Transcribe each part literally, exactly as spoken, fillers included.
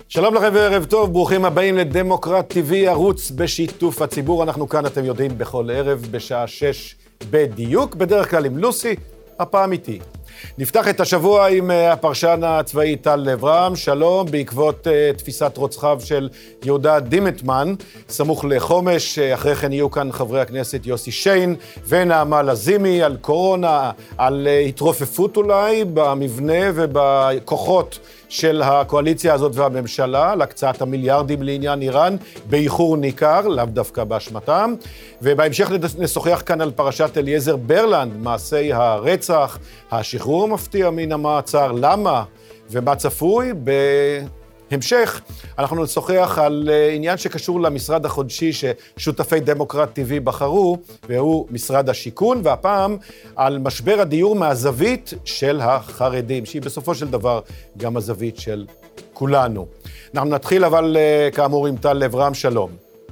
שלום לכם וערב טוב, ברוכים הבאים לדמוקרט טי וי, ערוץ בשיתוף הציבור. אנחנו כאן, אתם יודעים, בכל ערב בשעה שש בדיוק, בדרך כלל עם לוסי, הפעם איתי. נפתח את השבוע עם הפרשן הצבאי טל לב-רם. שלום, בעקבות uh, תפיסת רוצחיו של יהודה דימנטמן, סמוך לחומש. אחרי כן יהיו כאן חברי הכנסת יוסי שיין ונעמה לזימי על קורונה, על uh, התרופפות אולי במבנה ובכוחות של הקואליציה הזאת והממשלה, להקצאת המיליארדים לעניין איראן, באיחור ניכר, לאו דווקא באשמתם. ובהמשך נשוחח כאן על פרשת אליעזר ברלנד, מעשי הרצח, השחרור המפתיע מן המעצר, למה ומה צפוי. בהמשך אנחנו נשוחח על עניין שקשור למשרד החודשי ששותפי דמוקרט טי וי בחרו, והוא משרד השיכון, והפעם על משבר הדיור מהזווית של החרדים, שהיא בסופו של דבר גם הזווית של כולנו. אנחנו נתחיל אבל כאמור עם טל לב-רם. שלום.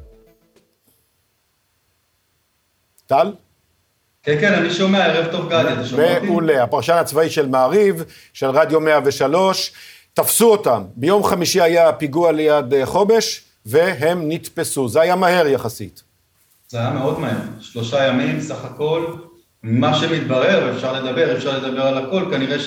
טל? כן, כן, אני שומע, ערב טוב גדי, אתה שומע אותי? מעולה, הפרשן הצבאי של מעריב, של רדיו מאה ושלוש, תפסו אותם. ביום חמישי היה פיגוע ליד חומש, והם נתפסו. זה היה מהר יחסית. זה היה מאוד מהר. שלושה ימים, סך הכל, מה שמתברר, אפשר לדבר, אפשר לדבר על הכל, כנראה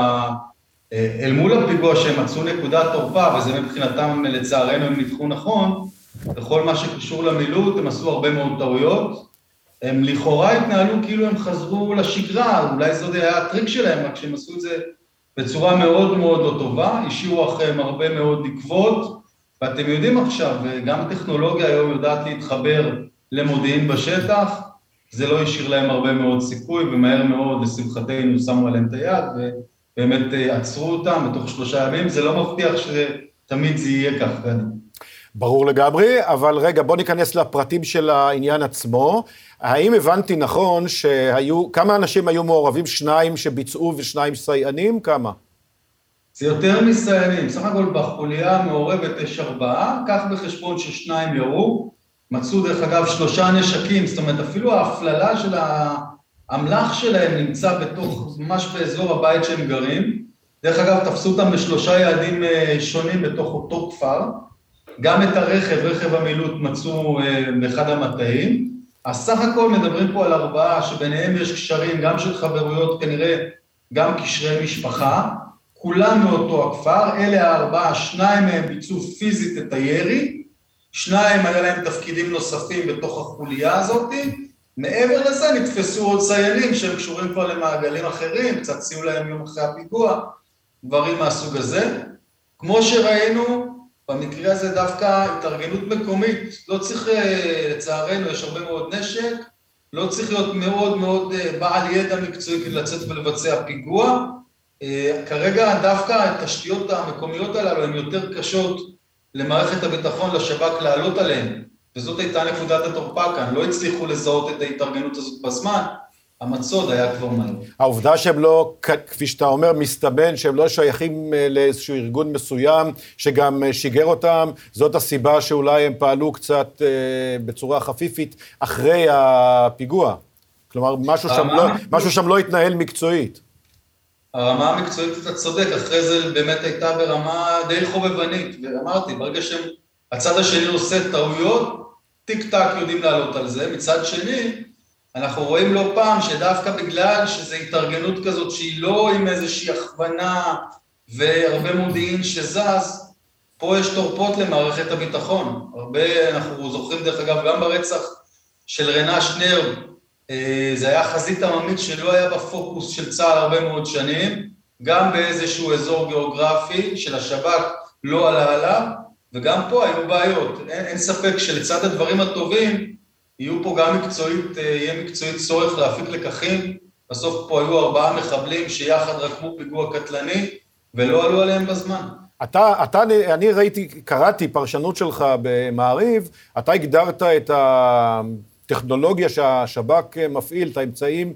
שאל מול הפיגוע שהם מצאו נקודת תורפה, וזה מבחינתם, לצערנו, הם ניתחו נכון, בכל מה שקשור למילוט, הם עשו הרבה מאוד טעויות, הם לכאורה התנהלו כאילו הם חזרו לשגרה, אולי זאת היה הטריק שלהם, רק שהם עשו את זה בצורה מאוד מאוד לא טובה, השאירו אחריהם הרבה מאוד עקבות, ואתם יודעים עכשיו, גם הטכנולוגיה היום יודעת להתחבר למודיעין בשטח, זה לא השאיר להם הרבה מאוד סיכוי, ומהר מאוד לשמחתנו שמו עליהם את היד, ובאמת עצרו אותם בתוך שלושה ימים, זה לא מבטיח שתמיד זה יהיה כך. ברור לגמרי, אבל רגע, בוא ניכנס לפרטים של העניין עצמו. האם הבנתי נכון שהיו, כמה אנשים היו מעורבים? שניים שביצעו ושניים סייענים? כמה? זה יותר מסייענים. סך הכל בחוליה מעורבת יש ארבעה, כך בחשבון ששניים ירו. מצאו דרך אגב שלושה נשקים, זאת אומרת אפילו ההפללה של האמל"ח שלהם נמצא בתוך, ממש באזור הבית שהם גרים. דרך אגב תפסו אותם בשלושה יעדים שונים בתוך אותו כפר. גם את הרכב, רכב המילוט מצאו באחד המטעים. אז סך הכל מדברים פה על ארבעה שביניהם יש קשרים, גם של חברויות, כנראה גם קשרי משפחה, כולם מאותו הכפר, אלה הארבעה, שניים מהם ביצעו פיזית את הירי, שניים היה להם תפקידים נוספים בתוך החוליה הזאת, מעבר לזה נתפסו עוד סיילים שהם קשורים כבר למעגלים אחרים, קצת ציעו להם יום אחרי הפיגוע, דברים מהסוג הזה. כמו שראינו, במקרה הזה דווקא התארגנות מקומית, לא צריך, לצערנו, יש הרבה מאוד נשק, לא צריך להיות מאוד מאוד בעל ידע מקצועי כדי לצאת ולבצע פיגוע. כרגע דווקא התשתיות המקומיות הללו הן יותר קשות למערכת הביטחון, לשב"כ לעלות עליהן, וזאת הייתה נקודת התורפה כאן, לא הצליחו לזהות את ההתארגנות הזאת בזמן, המצוד היה כבר מהר. העובדה שהם לא, כפי שאתה אומר, מסתמן, שהם לא שייכים לאיזשהו ארגון מסוים, שגם שיגר אותם, זאת הסיבה שאולי הם פעלו קצת בצורה חפיפית אחרי הפיגוע. כלומר, משהו שם לא, משהו שם לא התנהל מקצועית. הרמה המקצועית, אתה צודק, אחרי זה באמת הייתה ברמה די חובבנית, ואמרתי, ברגע שהצד השני עושה טעויות, טיק טק יודעים לעלות על זה, מצד שני, אנחנו רואים לא פעם שדווקא בגלל שזו התארגנות כזאת שהיא לא עם איזושהי הכוונה והרבה מודיעין שזז, פה יש תורפות למערכת הביטחון. הרבה, אנחנו זוכרים דרך אגב גם ברצח של רנה שנר, זה היה חזית עממית שלא היה בפוקוס של צה"ל הרבה מאוד שנים, גם באיזשהו אזור גיאוגרפי של השב"כ לא עלה עליו, וגם פה היו בעיות. אין, אין ספק שלצד הדברים הטובים, יהיו פה גם מקצועית, יהיה מקצועית צורך להפיק לקחים, בסוף פה היו ארבעה מחבלים שיחד רקמו פיגוע קטלני, ולא עלו עליהם בזמן. אתה, אתה, אני ראיתי, קראתי פרשנות שלך במעריב, אתה הגדרת את הטכנולוגיה שהשב"כ מפעיל, את האמצעים,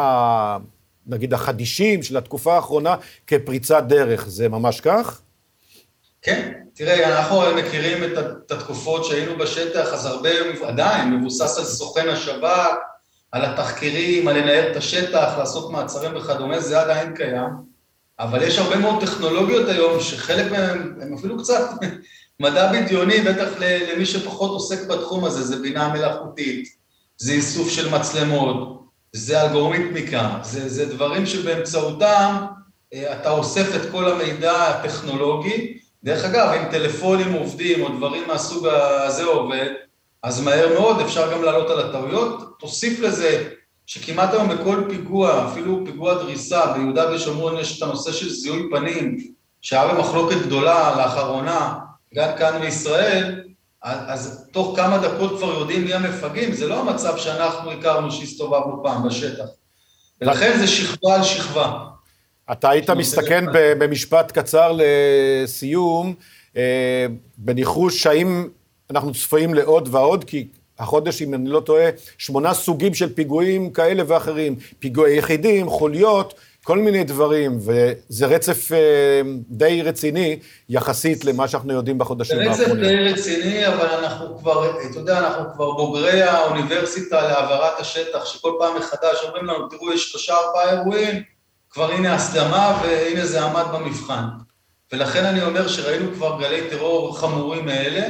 נגיד החדישים של התקופה האחרונה, כפריצת דרך, זה ממש כך? כן, תראה, אנחנו מכירים את התקופות שהיינו בשטח, אז הרבה עדיין מבוסס על סוכן השב"כ, על התחקירים, על לנהל את השטח, לעשות מעצרים וכדומה, זה עדיין קיים. אבל יש הרבה מאוד טכנולוגיות היום, שחלק מהם הם אפילו קצת מדע בדיוני, בטח למי שפחות עוסק בתחום הזה, זה בינה מלאכותית, זה איסוף של מצלמות, זה אלגוריתמיקה, זה, זה דברים שבאמצעותם אתה אוסף את כל המידע הטכנולוגי. דרך אגב, אם טלפונים עובדים או דברים מהסוג הזה עובד, אז מהר מאוד אפשר גם לעלות על הטעויות. תוסיף לזה שכמעט היום בכל פיגוע, אפילו פיגוע דריסה, ביהודה ושומרון יש את הנושא של זיהוי פנים, שהיה במחלוקת גדולה לאחרונה, גם כאן בישראל, אז תוך כמה דקות כבר יודעים מי המפגעים, זה לא המצב שאנחנו הכרנו שהסתובבנו פעם בשטח. ולכן זה שכבה על שכבה. אתה היית מסתכן במשפט קצר לסיום, בניחוש האם אנחנו צפויים לעוד ועוד, כי החודש, אם אני לא טועה, שמונה סוגים של פיגועים כאלה ואחרים, פיגועי יחידים, חוליות, כל מיני דברים, וזה רצף די רציני, יחסית למה שאנחנו יודעים בחודשים האחרונים. זה רצף די רציני, אבל אנחנו כבר, אתה יודע, אנחנו כבר בוגרי האוניברסיטה להעברת השטח, שכל פעם מחדש אומרים לנו, תראו, יש שלושה ארבעה אירועים, כבר הנה הסדמה, והנה זה עמד במבחן. ולכן אני אומר שראינו כבר גלי טרור חמורים מאלה,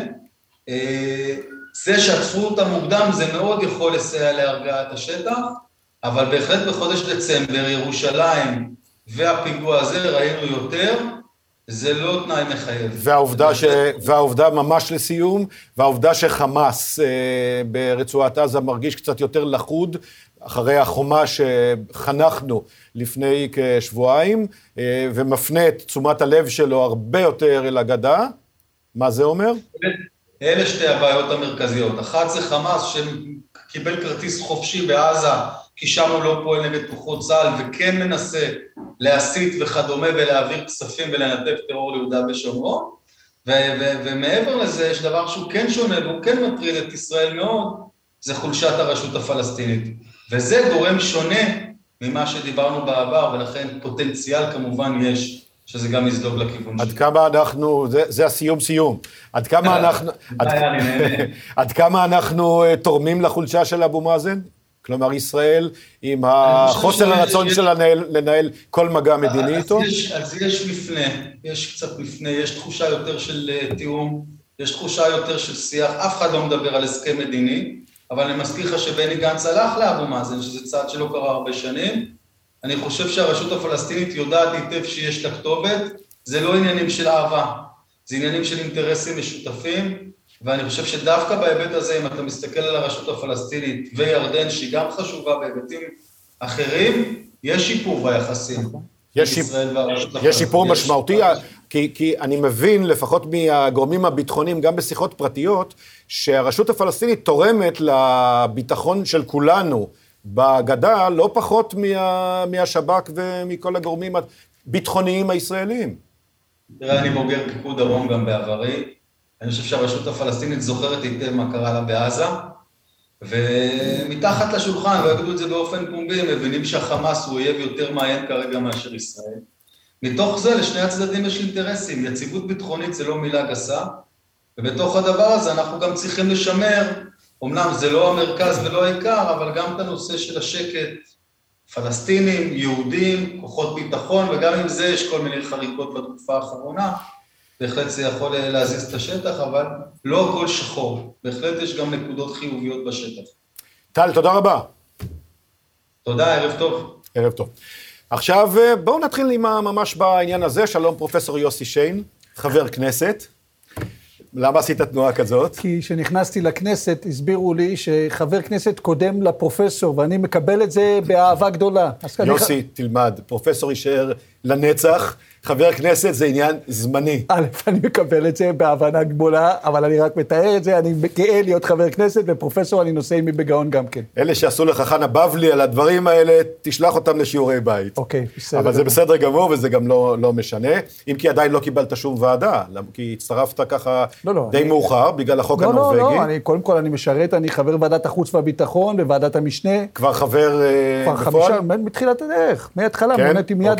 זה שעצרו אותם מוקדם, זה מאוד יכול לסייע להרגעת השטח, אבל בהחלט בחודש דצמבר, ירושלים והפיגוע הזה ראינו יותר, זה לא תנאי מחייב. והעובדה, ש... והעובדה ממש לסיום, והעובדה שחמאס אה, ברצועת עזה מרגיש קצת יותר לחוד, אחרי החומה שחנכנו לפני כשבועיים, אה, ומפנה את תשומת הלב שלו הרבה יותר אל הגדה. מה זה אומר? אלה שתי הבעיות המרכזיות. אחת זה חמאס שקיבל כרטיס חופשי בעזה, כי שם הוא לא פועל נגד כוחות צה"ל, וכן מנסה להסית וכדומה ולהעביר כספים ולנתב טרור ליהודה ושומרון, ו- ו- ומעבר לזה יש דבר שהוא כן שונה, והוא כן מטריד את ישראל מאוד, זה חולשת הרשות הפלסטינית. וזה גורם שונה ממה שדיברנו בעבר, ולכן פוטנציאל כמובן יש, שזה גם יזדוג לכיוון שלי. עד כמה אנחנו, זה, זה הסיום סיום, עד כמה אנחנו, עד, עד כמה אנחנו תורמים לחולשה של אבו מאזן? כלומר, ישראל, עם החוסר הרצון שלה לנהל כל מגע מדיני איתו? אז יש מפנה, יש קצת מפנה, יש תחושה יותר של תיאום, יש תחושה יותר של שיח, אף אחד לא מדבר על הסכם מדיני, אבל אני מזכיר לך שבני גנץ הלך לאבו מאזן, שזה צעד שלא קרה הרבה שנים. אני חושב שהרשות הפלסטינית יודעת היטב שיש לה כתובת, זה לא עניינים של אהבה, זה עניינים של אינטרסים משותפים, ואני חושב שדווקא בהיבט הזה, אם אתה מסתכל על הרשות הפלסטינית וירדן, שהיא גם חשובה בהיבטים אחרים, יש שיפור ביחסים. יש, שיפ... יש שיפור משמעותי, כי, כי אני מבין, לפחות מהגורמים הביטחוניים, גם בשיחות פרטיות, שהרשות הפלסטינית תורמת לביטחון של כולנו בגדה, לא פחות מה, מהשב"כ ומכל הגורמים הביטחוניים הישראלים. תראה, אני בוגר פיקוד דרום גם בעברי, אני חושב שהרשות הפלסטינית זוכרת היטב מה קרה לה בעזה, ומתחת לשולחן, לא יגידו את זה באופן פומבי, הם מבינים שהחמאס הוא אויב יותר מעיין כרגע מאשר ישראל. מתוך זה לשני הצדדים יש אינטרסים, יציבות ביטחונית זה לא מילה גסה, ובתוך הדבר הזה אנחנו גם צריכים לשמר, אמנם זה לא המרכז ולא העיקר, אבל גם את הנושא של השקט, פלסטינים, יהודים, כוחות ביטחון, וגם עם זה יש כל מיני חריקות בתקופה האחרונה, בהחלט זה יכול להזיז את השטח, אבל לא הכל שחור. בהחלט יש גם נקודות חיוביות בשטח. טל, תודה רבה. תודה, ערב טוב. ערב טוב. עכשיו בואו נתחיל עם ממש בעניין הזה. שלום פרופסור יוסי שיין, חבר כנסת. למה עשית תנועה כזאת? כי כשנכנסתי לכנסת הסבירו לי שחבר כנסת קודם לפרופסור, ואני מקבל את זה באהבה גדולה. יוסי, אני... תלמד, פרופסור יישאר לנצח, חבר כנסת זה עניין זמני. א', אני מקבל את זה בהבנה גדולה, אבל אני רק מתאר את זה, אני גאה להיות חבר כנסת, ופרופסור אני נושא עימי בגאון גם כן. אלה שעשו לך חנה בבלי על הדברים האלה, תשלח אותם לשיעורי בית. אוקיי, בסדר. אבל זה בסדר גמור, וזה גם לא, לא משנה. אם כי עדיין לא קיבלת שום ועדה, כי הצטרפת ככה לא, לא, די אני... מאוחר, בגלל החוק לא, הנורווגי. לא, לא, אני, קודם כל אני משרת, אני חבר ועדת החוץ והביטחון, בוועדת המשנה. כבר חבר כבר בפועל? חמישה, מתחילת הדרך, מההתחלה, מוניתי מיד להיכנס.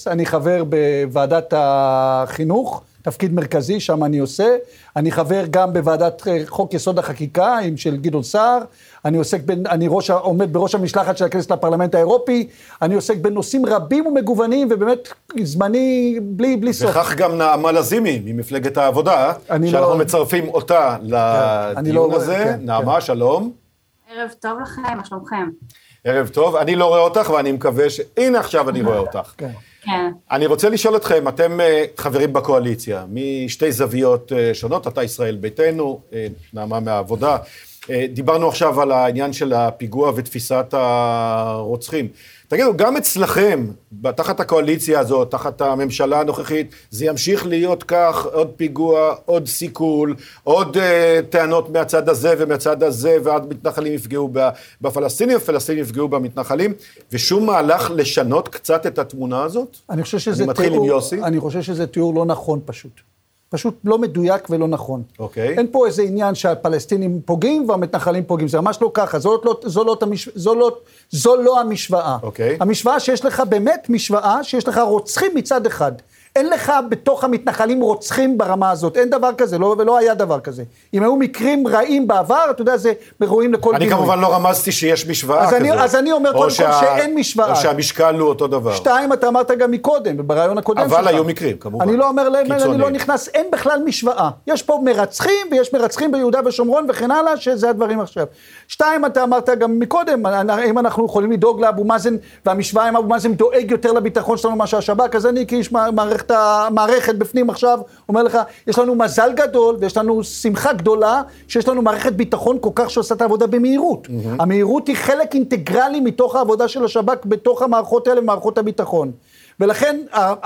אינטרס, אני חבר בוועדת החינוך, תפקיד מרכזי, שם אני עושה, אני חבר גם בוועדת חוק יסוד החקיקה, עם של גדעון סער, אני עוסק, בין, אני ראש, עומד בראש המשלחת של הכנסת לפרלמנט האירופי, אני עוסק בנושאים רבים ומגוונים, ובאמת זמני בלי, בלי סוף. וכך גם נעמה לזימי, ממפלגת העבודה, שאנחנו לא... מצרפים אותה לדיון לא... הזה. כן, נעמה, כן. שלום. ערב טוב לכם, מה שלומכם? ערב טוב, אני לא רואה אותך, ואני מקווה ש... הנה עכשיו אני רואה אותך. כן. כן. אני רוצה לשאול אתכם, אתם חברים בקואליציה, משתי זוויות שונות, אתה ישראל ביתנו, נעמה מהעבודה, דיברנו עכשיו על העניין של הפיגוע ותפיסת הרוצחים. תגידו, גם אצלכם, תחת הקואליציה הזאת, תחת הממשלה הנוכחית, זה ימשיך להיות כך, עוד פיגוע, עוד סיכול, עוד uh, טענות מהצד הזה ומהצד הזה, ועד מתנחלים יפגעו בפלסטינים, ופלסטינים יפגעו במתנחלים, ושום מהלך לשנות קצת את התמונה הזאת? אני חושב שזה אני מתחיל תיאור, עם יוסי. אני חושב שזה תיאור לא נכון פשוט. פשוט לא מדויק ולא נכון. אוקיי. אין פה איזה עניין שהפלסטינים פוגעים והמתנחלים פוגעים, זה ממש לא ככה, זו לא, זו לא, זו לא, זו לא המשוואה. אוקיי. המשוואה שיש לך באמת משוואה, שיש לך רוצחים מצד אחד. אין לך בתוך המתנחלים רוצחים ברמה הזאת, אין דבר כזה, לא, ולא היה דבר כזה. אם היו מקרים רעים בעבר, אתה יודע, זה ראויים לכל אני גינוי. כמובן לא רמזתי שיש משוואה אז כזאת. אני, אז אני אומר קודם שה... כל שאין משוואה. או שהמשקל הוא אותו דבר. שתיים, אתה אמרת גם מקודם, ברעיון הקודם אבל שלך. היו מקרים, כמובן. אני לא אומר להם, אני לא נכנס, אין בכלל משוואה. יש פה מרצחים, ויש מרצחים ביהודה ושומרון וכן הלאה, שזה הדברים עכשיו. שתיים, אתה אמרת גם מקודם, אם אנחנו יכולים לדאוג לאבו מאזן, והמשוואה עם אבו מאזן דואג יותר לביטחון שלנו מה שהשב"כ, אז אני כאיש מערכת, מערכת בפנים עכשיו, אומר לך, יש לנו מזל גדול, ויש לנו שמחה גדולה, שיש לנו מערכת ביטחון כל כך שעושה את העבודה במהירות. Mm-hmm. המהירות היא חלק אינטגרלי מתוך העבודה של השב"כ, בתוך המערכות האלה, מערכות הביטחון. ולכן,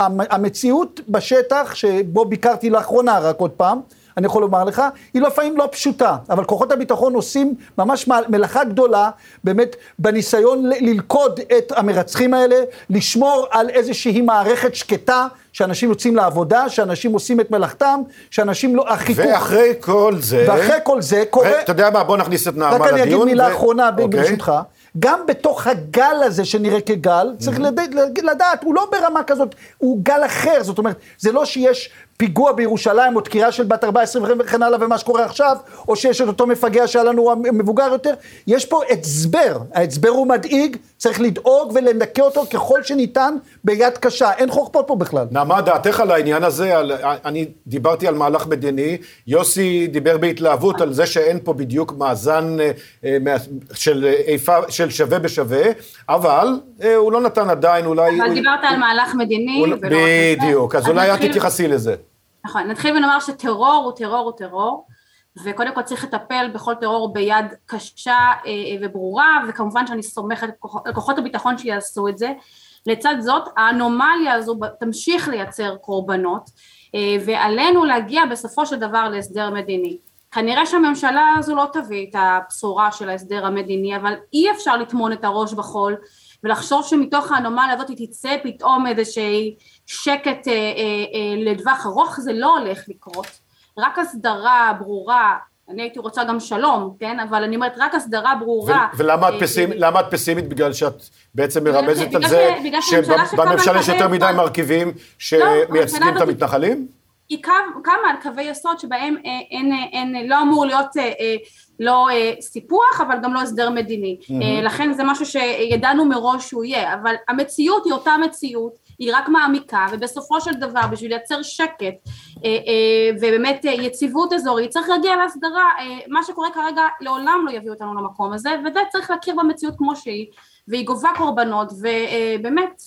המציאות בשטח, שבו ביקרתי לאחרונה רק עוד פעם, אני יכול לומר לך, היא לפעמים לא פשוטה, אבל כוחות הביטחון עושים ממש מלאכה גדולה, באמת בניסיון ללכוד את המרצחים האלה, לשמור על איזושהי מערכת שקטה, שאנשים יוצאים לעבודה, שאנשים עושים את מלאכתם, שאנשים לא... החיתוך... ואחרי כל זה... ואחרי כל זה קורה... אתה יודע מה, בוא נכניס את נעמה לדיון. רק אני אגיד מילה ו... אחרונה okay. ברשותך. גם בתוך הגל הזה שנראה כגל, צריך mm-hmm. לדעת, הוא לא ברמה כזאת, הוא גל אחר, זאת אומרת, זה לא שיש פיגוע בירושלים, או דקירה של בת ארבע עשרה וכן הלאה, ומה שקורה עכשיו, או שיש את אותו מפגע שהיה לנו מבוגר יותר, יש פה הצבר, ההצבר הוא מדאיג, צריך לדאוג ולנקה אותו ככל שניתן ביד קשה, אין חוכמות פה בכלל. נעמה, דעתך על העניין הזה, על, אני דיברתי על מהלך מדיני, יוסי דיבר בהתלהבות על זה שאין פה בדיוק מאזן אה, של איפה, של שווה בשווה, אבל אה, הוא לא נתן עדיין, אולי... אבל דיברת על מהלך מדיני, ולא בדיוק, אז אולי את תתייחסי לזה. נכון, נתחיל ונאמר שטרור הוא טרור הוא טרור, וקודם כל צריך לטפל בכל טרור ביד קשה וברורה, וכמובן שאני סומכת על כוחות הביטחון שיעשו את זה. לצד זאת, האנומליה הזו תמשיך לייצר קורבנות, ועלינו להגיע בסופו של דבר להסדר מדיני. כנראה שהממשלה הזו לא תביא את הבשורה של ההסדר המדיני, אבל אי אפשר לטמון את הראש בחול, ולחשוב שמתוך האנומליה הזאת תצא פתאום איזושהי שקט אה, אה, אה, לדווח ארוך, זה לא הולך לקרות. רק הסדרה ברורה, אני הייתי רוצה גם שלום, כן? אבל אני אומרת, רק הסדרה ברורה. ו- ולמה את אה, פסימית, אה, למה את פסימית? בגלל שאת בעצם מרמזת על בגלל זה, ש- שבממשלה יש יותר מדי מרכיבים שמייצגים את המתנחלים? היא קמה על קווי יסוד שבהם אין, אין, אין, לא אמור להיות אה, לא אה, סיפוח, אבל גם לא הסדר מדיני. Mm-hmm. אה, לכן זה משהו שידענו מראש שהוא יהיה, אבל המציאות היא אותה מציאות, היא רק מעמיקה, ובסופו של דבר, בשביל לייצר שקט, אה, אה, ובאמת אה, יציבות אזורית, צריך להגיע להסדרה, אה, מה שקורה כרגע לעולם לא יביא אותנו למקום הזה, וזה צריך להכיר במציאות כמו שהיא, והיא גובה קורבנות, ובאמת,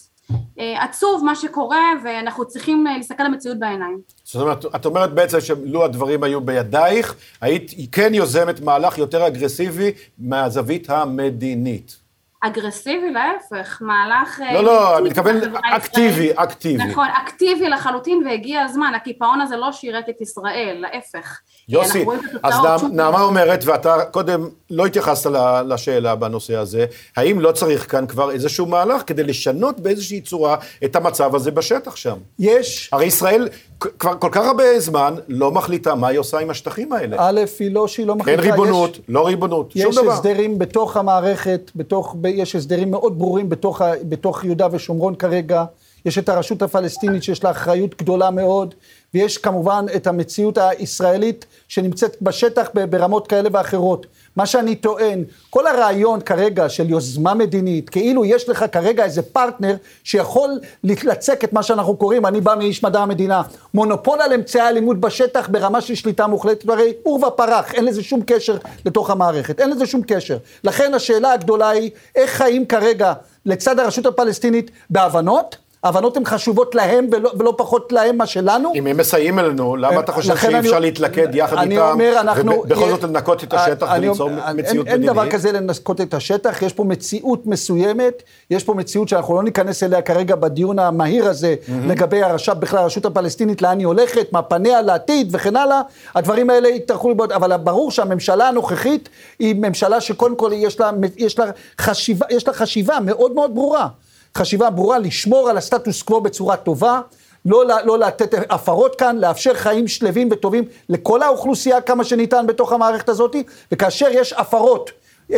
עצוב מה שקורה, ואנחנו צריכים להסתכל למציאות בעיניים. זאת אומרת, את אומרת בעצם שלו הדברים היו בידייך, היית כן יוזמת מהלך יותר אגרסיבי מהזווית המדינית. אגרסיבי להפך, מהלך... לא, לא, אני מתכוון אקטיבי, אקטיבי. נכון, אקטיבי לחלוטין, והגיע הזמן, הקיפאון הזה לא שירת את ישראל, להפך. יוסי, אז נעמה אומרת, ואתה קודם לא התייחסת לשאלה בנושא הזה, האם לא צריך כאן כבר איזשהו מהלך כדי לשנות באיזושהי צורה את המצב הזה בשטח שם? יש. הרי ישראל כבר כל כך הרבה זמן לא מחליטה מה היא עושה עם השטחים האלה. א', היא לא שהיא לא מחליטה. אין ריבונות, יש, לא ריבונות, שום דבר. יש הסדרים בתוך המערכת, בתוך, יש הסדרים מאוד ברורים בתוך, בתוך יהודה ושומרון כרגע, יש את הרשות הפלסטינית שיש לה אחריות גדולה מאוד, ויש כמובן את המציאות הישראלית שנמצאת בשטח ברמות כאלה ואחרות. מה שאני טוען, כל הרעיון כרגע של יוזמה מדינית, כאילו יש לך כרגע איזה פרטנר שיכול לצק את מה שאנחנו קוראים, אני בא מאיש מדע המדינה, מונופול על אמצעי הלימוד בשטח ברמה של שליטה מוחלטת, הרי עור ופרח, אין לזה שום קשר לתוך המערכת, אין לזה שום קשר. לכן השאלה הגדולה היא, איך חיים כרגע לצד הרשות הפלסטינית בהבנות? ההבנות הן חשובות להם ולא, ולא פחות להם מה שלנו. אם הם מסייעים אלינו, למה אתה חושב שאי אפשר להתלכד יחד איתם, ובכל זאת לנקות את השטח וליצור מציאות מדינית? אין דבר כזה לנקות את השטח, יש פה מציאות מסוימת, יש פה מציאות שאנחנו לא ניכנס אליה כרגע בדיון המהיר הזה, לגבי הרש"פ בכלל, הרשות הפלסטינית, לאן היא הולכת, מה פניה לעתיד וכן הלאה, הדברים האלה יתרחו לבעוד, אבל ברור שהממשלה הנוכחית היא ממשלה שקודם כל יש לה, יש לה חשיבה, יש לה חשיבה מאוד מאוד ברורה. חשיבה ברורה לשמור על הסטטוס קוו בצורה טובה, לא, לא לתת הפרות כאן, לאפשר חיים שלבים וטובים לכל האוכלוסייה כמה שניתן בתוך המערכת הזאת, וכאשר יש הפרות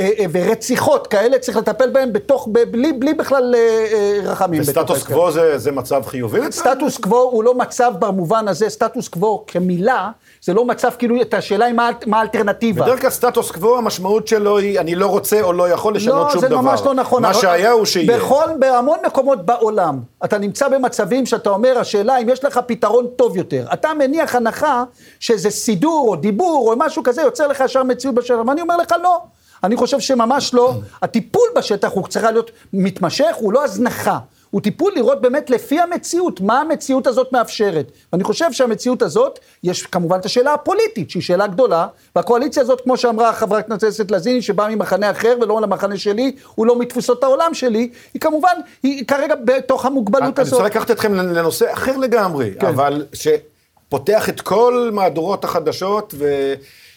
ורציחות כאלה, צריך לטפל בהם בתוך, בלי, בלי בכלל רחמים. וסטטוס קוו זה, זה מצב חיובי? סטטוס קוו הוא לא מצב במובן הזה, סטטוס קוו כמילה, זה לא מצב כאילו, את השאלה היא מה, מה האלטרנטיבה. בדרך כלל סטטוס קוו, המשמעות שלו היא, אני לא רוצה או לא יכול לשנות לא, שום דבר. לא, זה ממש לא נכון. מה שהיה הוא שיהיה. בכל, בהמון מקומות בעולם, אתה נמצא במצבים שאתה אומר, השאלה אם יש לך פתרון טוב יותר. אתה מניח הנחה שזה סידור או דיבור או משהו כזה, יוצר לך ישר מציאות בשטח. ואני אומר לך לא. אני חושב שממש לא. הטיפול בשטח הוא צריך להיות מתמשך, הוא לא הזנחה. הוא טיפול לראות באמת לפי המציאות, מה המציאות הזאת מאפשרת. ואני חושב שהמציאות הזאת, יש כמובן את השאלה הפוליטית, שהיא שאלה גדולה, והקואליציה הזאת, כמו שאמרה חברת הכנסת לזיני, שבאה ממחנה אחר ולא למחנה שלי, הוא לא מתפוסות העולם שלי, היא כמובן, היא כרגע בתוך המוגבלות הזאת. אני רוצה לקחת אתכם לנושא אחר לגמרי, אבל שפותח את כל מהדורות החדשות ו...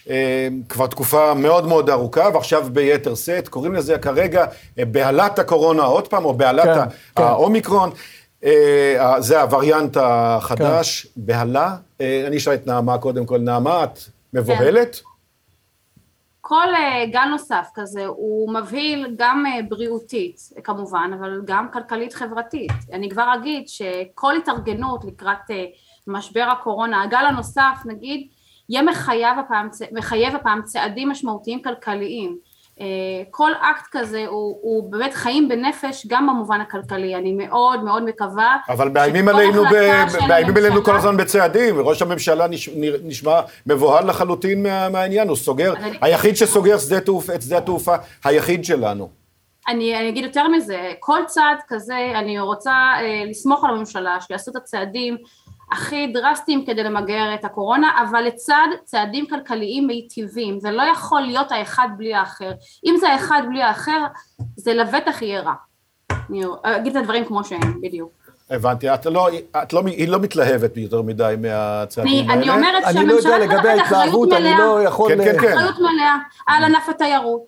כבר תקופה מאוד מאוד ארוכה, ועכשיו ביתר סט, קוראים לזה כרגע בהלת הקורונה עוד פעם, או בהלת כן, האומיקרון, כן. זה הווריאנט החדש, כן. בהלה. אני אשאל את נעמה קודם כל, נעמה, את מבוהלת? כן. כל גל נוסף כזה, הוא מבהיל גם בריאותית, כמובן, אבל גם כלכלית חברתית. אני כבר אגיד שכל התארגנות לקראת משבר הקורונה, הגל הנוסף, נגיד, יהיה מחייב הפעם, מחייב הפעם צעדים משמעותיים כלכליים. כל אקט כזה הוא, הוא באמת חיים בנפש גם במובן הכלכלי. אני מאוד מאוד מקווה. אבל מאיימים עלינו, מאיימים עלינו כל הזמן בצעדים. ראש הממשלה נשמע מבוהל לחלוטין מה, מהעניין. הוא סוגר, אני, היחיד שסוגר שדה תעופה, את שדה התעופה היחיד שלנו. אני, אני אגיד יותר מזה, כל צעד כזה אני רוצה לסמוך על הממשלה שיעשו את הצעדים הכי דרסטיים כדי למגר את הקורונה, אבל לצד צעדים כלכליים מיטיבים, זה לא יכול להיות האחד בלי האחר. אם זה האחד בלי האחר, זה לבטח יהיה רע. אני אגיד את הדברים כמו שהם, בדיוק. הבנתי, את לא, את לא, היא לא מתלהבת יותר מדי מהצעדים האלה. אני אומרת שהממשלה לקחת אחריות מלאה, לא יכול... כן, כן, כן. אחריות מלאה על ענף התיירות,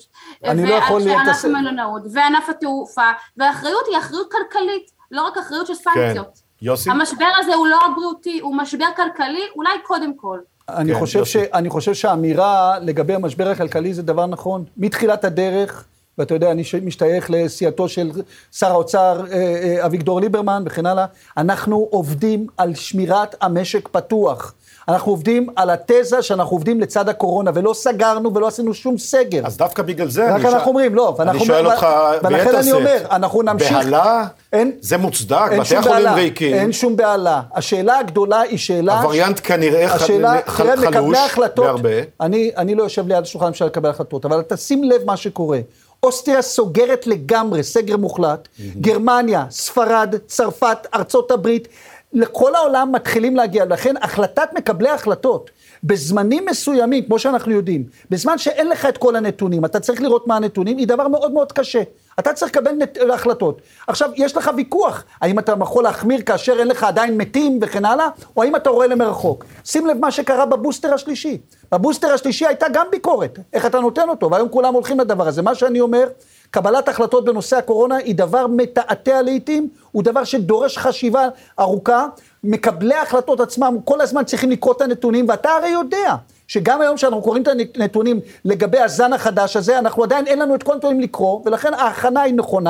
וענף המלונאות, וענף התעופה, והאחריות היא אחריות כלכלית, לא רק אחריות של סנקציות. יוסי? המשבר הזה הוא לא בריאותי, הוא משבר כלכלי, אולי קודם כל. אני, כן, חושב ש, אני חושב שהאמירה לגבי המשבר הכלכלי זה דבר נכון. מתחילת הדרך, ואתה יודע, אני משתייך לסיעתו של שר האוצר אביגדור ליברמן וכן הלאה, אנחנו עובדים על שמירת המשק פתוח. אנחנו עובדים על התזה שאנחנו עובדים לצד הקורונה, ולא סגרנו ולא עשינו שום סגר. אז דווקא בגלל זה אני, ש... אומרים, לא, אני שואל ו... אותך ולכן אני אומר, אנחנו נמשיך. בהלה? אין, זה מוצדק, בתי החולים ריקים. אין שום בהלה. השאלה הגדולה היא שאלה... הווריאנט כנראה השאלה, חל... חל... חלוש החלטות, בהרבה. אני, אני לא יושב ליד השולחן אפשר לקבל החלטות, אבל תשים לב מה שקורה. אוסטריה סוגרת לגמרי, סגר מוחלט, mm-hmm. גרמניה, ספרד, צרפת, ארצות הברית, לכל העולם מתחילים להגיע, לכן החלטת מקבלי ההחלטות, בזמנים מסוימים, כמו שאנחנו יודעים, בזמן שאין לך את כל הנתונים, אתה צריך לראות מה הנתונים, היא דבר מאוד מאוד קשה. אתה צריך לקבל נת... החלטות. עכשיו, יש לך ויכוח, האם אתה יכול להחמיר כאשר אין לך עדיין מתים וכן הלאה, או האם אתה רואה למרחוק. שים לב מה שקרה בבוסטר השלישי. בבוסטר השלישי הייתה גם ביקורת, איך אתה נותן אותו, והיום כולם הולכים לדבר הזה. מה שאני אומר, קבלת החלטות בנושא הקורונה היא דבר מתעתע לעתים, הוא דבר שדורש חשיבה ארוכה, מקבלי ההחלטות עצמם כל הזמן צריכים לקרוא את הנתונים, ואתה הרי יודע שגם היום שאנחנו קוראים את הנתונים לגבי הזן החדש הזה, אנחנו עדיין אין לנו את כל הנתונים לקרוא, ולכן ההכנה היא נכונה,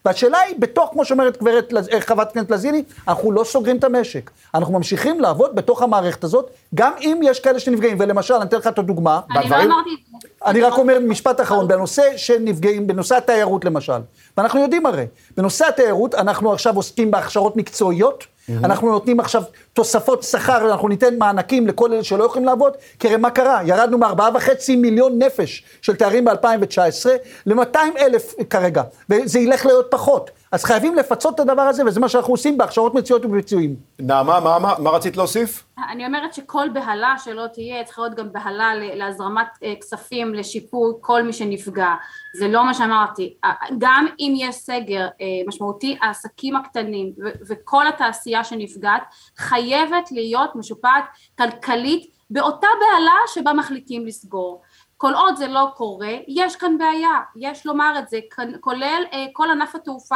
והשאלה היא, בתוך, כמו שאומרת גברת, חברת הכנסת לזיני, אנחנו לא סוגרים את המשק. אנחנו ממשיכים לעבוד בתוך המערכת הזאת, גם אם יש כאלה שנפגעים. ולמשל, אני אתן לך את הדוגמה. אני לא אמרתי את זה. אני רק אומר משפט אחרון, בנושא שנפגעים, בנושא התיירות למשל. ואנחנו יודעים הרי, בנושא התיירות אנחנו עכשיו עוסקים בהכשרות מקצועיות, אנחנו נותנים עכשיו תוספות שכר, אנחנו ניתן מענקים לכל אלה שלא יכולים לעבוד, כי הרי מה קרה? ירדנו מארבעה וחצי מיליון נפש של תיירים ב-אלפיים תשע עשרה ל-מאתיים אלף כרגע, וזה ילך להיות פחות. אז חייבים לפצות את הדבר הזה, וזה מה שאנחנו עושים בהכשרות מקצועיות ובביצועים. נעמה, מה, מה, מה רצית להוסיף? אני אומרת שכל בהלה שלא תהיה, צריכה להיות גם בהלה להזרמת כספים, לשיפוי כל מי שנפגע. זה לא מה שאמרתי. גם אם יש סגר משמעותי, העסקים הקטנים וכל התעשייה שנפגעת, חייבת להיות משופעת כלכלית באותה בהלה שבה מחליטים לסגור. כל עוד זה לא קורה, יש כאן בעיה, יש לומר את זה, כולל כל ענף התעופה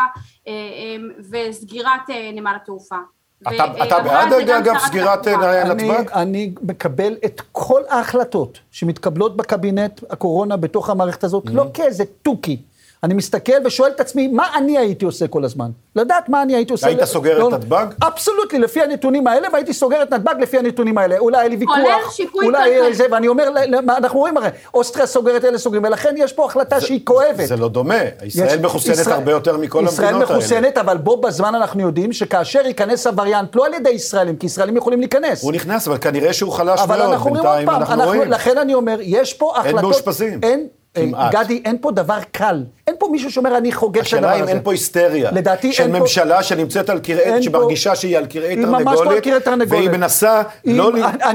וסגירת נמל התעופה. אתה בעד אגב סגירת נתב"ג? אני מקבל את כל ההחלטות שמתקבלות בקבינט הקורונה בתוך המערכת הזאת, לא כאיזה טוקי. אני מסתכל ושואל את עצמי, מה אני הייתי עושה כל הזמן? לדעת מה אני הייתי עושה. היית סוגר את נתב"ג? אבסולוטלי, לפי הנתונים האלה, והייתי סוגר את נתב"ג לפי הנתונים האלה. אולי היה לי ויכוח, אולי היה זה, ואני אומר, אנחנו רואים הרי, אוסטריה סוגרת, אלה סוגרים, ולכן יש פה החלטה שהיא כואבת. זה לא דומה, ישראל מחוסנת הרבה יותר מכל המדינות האלה. ישראל מחוסנת, אבל בו בזמן אנחנו יודעים שכאשר ייכנס הווריאנט, לא על ידי ישראלים, כי ישראלים יכולים להיכנס. הוא נכנס, אבל כנראה שהוא חלש מאוד, בינתיים אנחנו רואים. לכן אני אומר, יש פה החלטות, גדי, אין פה דבר קל. אין פה מישהו שאומר, אני חוגג את הדבר הזה. השאלה אם אין פה היסטריה. לדעתי של ממשלה שנמצאת על קרעי, שמרגישה שהיא על קרעי תרנגולת, והיא מנסה לא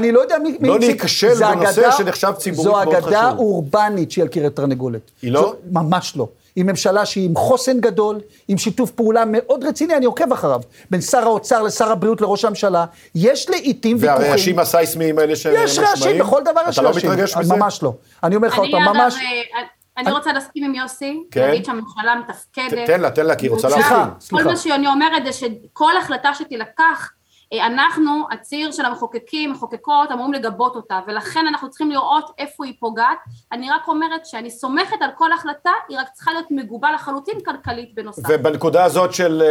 להיכשל בנושא שנחשב ציבורית מאוד חשוב. זו אגדה אורבנית שהיא על קרעי תרנגולת. היא לא? ממש לא. היא ממשלה שהיא עם חוסן גדול, עם שיתוף פעולה מאוד רציני, אני עוקב אחריו, בין שר האוצר לשר הבריאות לראש הממשלה, יש לעיתים ויכוחים. והרעשים הסייסמיים האלה שהם משמעים? יש רעשים, בכל דבר יש רעשים. אתה לא מתרגש מזה? ממש לא. אני אומר לך אותם, ממש... אני רוצה להסכים עם יוסי, להגיד שהממשלה מתפקדת. תן לה, תן לה, כי היא רוצה להסכים. כל מה שאני אומרת זה שכל החלטה שתילקח, אנחנו, הציר של המחוקקים, מחוקקות, אמורים לגבות אותה, ולכן אנחנו צריכים לראות איפה היא פוגעת. אני רק אומרת שאני סומכת על כל החלטה, היא רק צריכה להיות מגובה לחלוטין כלכלית בנוסף. ובנקודה הזאת של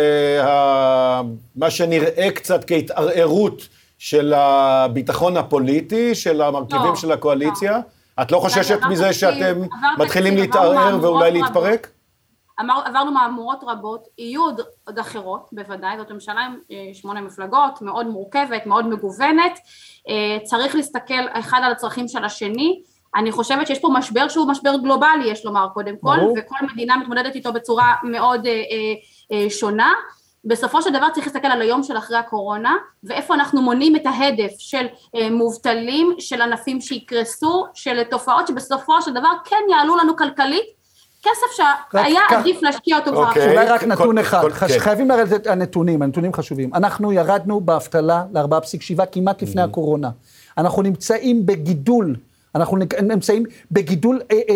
מה שנראה קצת כהתערערות של הביטחון הפוליטי, של המרכיבים של הקואליציה, את לא חוששת מזה שאתם מתחילים להתערער ואולי להתפרק? עברנו מהמורות רבות, יהיו עוד אחרות בוודאי, זאת ממשלה עם שמונה מפלגות, מאוד מורכבת, מאוד מגוונת, צריך להסתכל אחד על הצרכים של השני, אני חושבת שיש פה משבר שהוא משבר גלובלי, יש לומר קודם כל, וכל מדינה מתמודדת איתו בצורה מאוד שונה, בסופו של דבר צריך להסתכל על היום של אחרי הקורונה, ואיפה אנחנו מונים את ההדף של מובטלים, של ענפים שיקרסו, של תופעות שבסופו של דבר כן יעלו לנו כלכלית, כסף שהיה עדיף להשקיע אותו כבר. אולי רק נתון אחד, חייבים לראות את הנתונים, הנתונים חשובים. אנחנו ירדנו באבטלה ל-ארבע נקודה שבע כמעט לפני הקורונה. אנחנו נמצאים בגידול, אנחנו נמצאים בגידול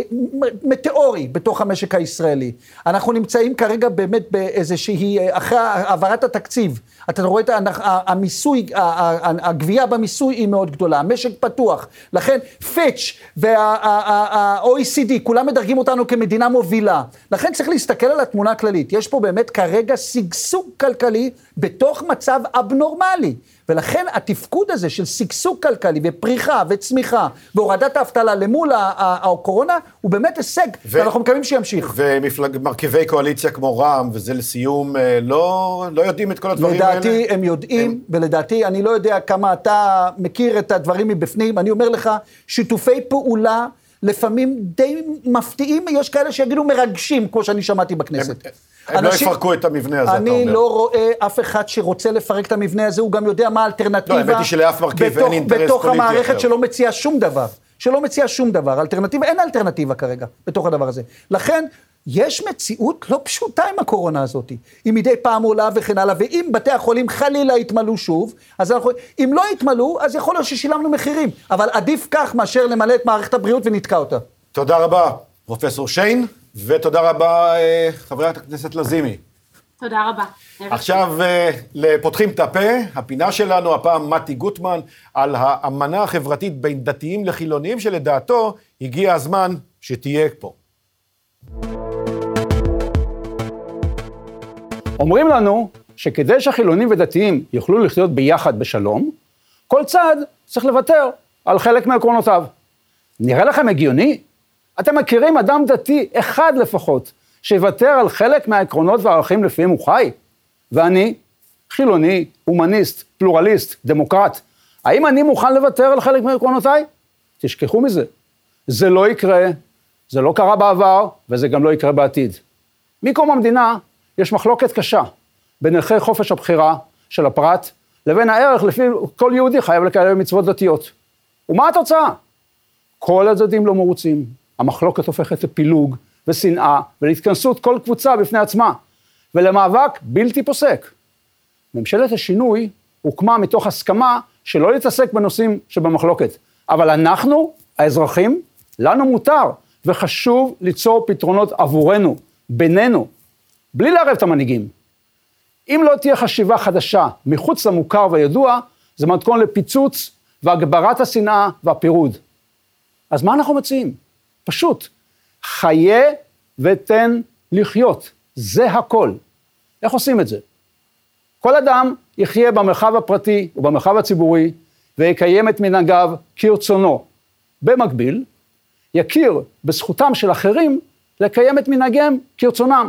מטאורי בתוך המשק הישראלי. אנחנו נמצאים כרגע באמת באיזושהי, אחרי העברת התקציב, אתה רואה את המיסוי, הגבייה במיסוי היא מאוד גדולה, המשק פתוח, לכן פיץ' וה-או אי סי די, כולם מדרגים אותנו כמדינה מובילה, לכן צריך להסתכל על התמונה הכללית, יש פה באמת כרגע סגסוג כלכלי בתוך מצב אבנורמלי, ולכן התפקוד הזה של סגסוג כלכלי ופריחה וצמיחה והורדת האבטלה למול הקורונה הוא באמת הישג, ואנחנו מקווים שימשיך. ומרכיבי קואליציה כמו רע"מ, וזה לסיום, לא, לא יודעים את כל הדברים האלה? לדעתי הם יודעים, הם... ולדעתי אני לא יודע כמה אתה מכיר את הדברים מבפנים, אני אומר לך, שיתופי פעולה לפעמים די מפתיעים, יש כאלה שיגידו מרגשים, כמו שאני שמעתי בכנסת. הם, הם אנשים, לא יפרקו את המבנה הזה, אתה אומר. אני לא רואה אף אחד שרוצה לפרק את המבנה הזה, הוא גם יודע מה האלטרנטיבה. לא, הבאתי שלאף מרכיב אין אינטרס פוליטי. בתוך המערכת שלא מציעה שום דבר. שלא מציעה שום דבר. אלטרנטיבה, אין אלטרנטיבה כרגע, בתוך הדבר הזה. לכן, יש מציאות לא פשוטה עם הקורונה הזאת. היא מדי פעם עולה וכן הלאה, ואם בתי החולים חלילה יתמלאו שוב, אז אנחנו, אם לא יתמלאו, אז יכול להיות ששילמנו מחירים. אבל עדיף כך מאשר למלא את מערכת הבריאות ונתקע אותה. תודה רבה, פרופסור שיין, ותודה רבה, חברת הכנסת לזימי. תודה רבה. עכשיו לפותחים את הפה, הפינה שלנו, הפעם מתי גוטמן, על האמנה החברתית בין דתיים לחילונים, שלדעתו הגיע הזמן שתהיה פה. אומרים לנו שכדי שחילונים ודתיים יוכלו לחיות ביחד בשלום, כל צד צריך לוותר על חלק מעקרונותיו. נראה לכם הגיוני? אתם מכירים אדם דתי אחד לפחות, שיוותר על חלק מהעקרונות והערכים לפיהם הוא חי? ואני, חילוני, הומניסט, פלורליסט, דמוקרט, האם אני מוכן לוותר על חלק מעקרונותיי? תשכחו מזה. זה לא יקרה, זה לא קרה בעבר, וזה גם לא יקרה בעתיד. מקום המדינה יש מחלוקת קשה בין ערכי חופש הבחירה של הפרט, לבין הערך לפי כל יהודי חייב לקיים מצוות דתיות. ומה התוצאה? כל הצדדים לא מרוצים. המחלוקת הופכת לפילוג ושנאה ולהתכנסות כל קבוצה בפני עצמה, ולמאבק בלתי פוסק. ממשלת השינוי הוקמה מתוך הסכמה שלא להתעסק בנושאים שבמחלוקת, אבל אנחנו, האזרחים, לנו מותר וחשוב ליצור פתרונות עבורנו, בינינו, בלי לערב את המנהיגים. אם לא תהיה חשיבה חדשה מחוץ למוכר וידוע, זה מתכון לפיצוץ והגברת השנאה והפירוד. אז מה אנחנו מציעים? פשוט, חיה ותן לחיות, זה הכל. איך עושים את זה? כל אדם יחיה במרחב הפרטי ובמרחב הציבורי, ויקיים את מנהגיו כרצונו. במקביל, יכיר בזכותם של אחרים לקיים את מנהגיהם כרצונם.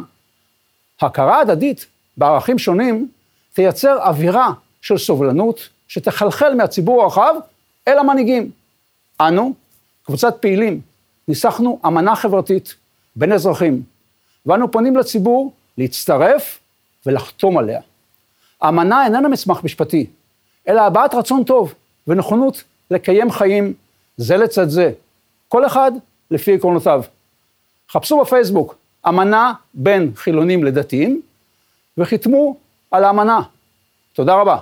הכרה הדדית בערכים שונים תייצר אווירה של סובלנות שתחלחל מהציבור הרחב אל המנהיגים. אנו, קבוצת פעילים, ניסחנו אמנה חברתית בין אזרחים, ואנו פונים לציבור להצטרף ולחתום עליה. האמנה איננה מסמך משפטי, אלא הבעת רצון טוב ונכונות לקיים חיים זה לצד זה, כל אחד לפי עקרונותיו. חפשו בפייסבוק אמנה בין חילונים לדתיים, וחתמו על האמנה. תודה רבה.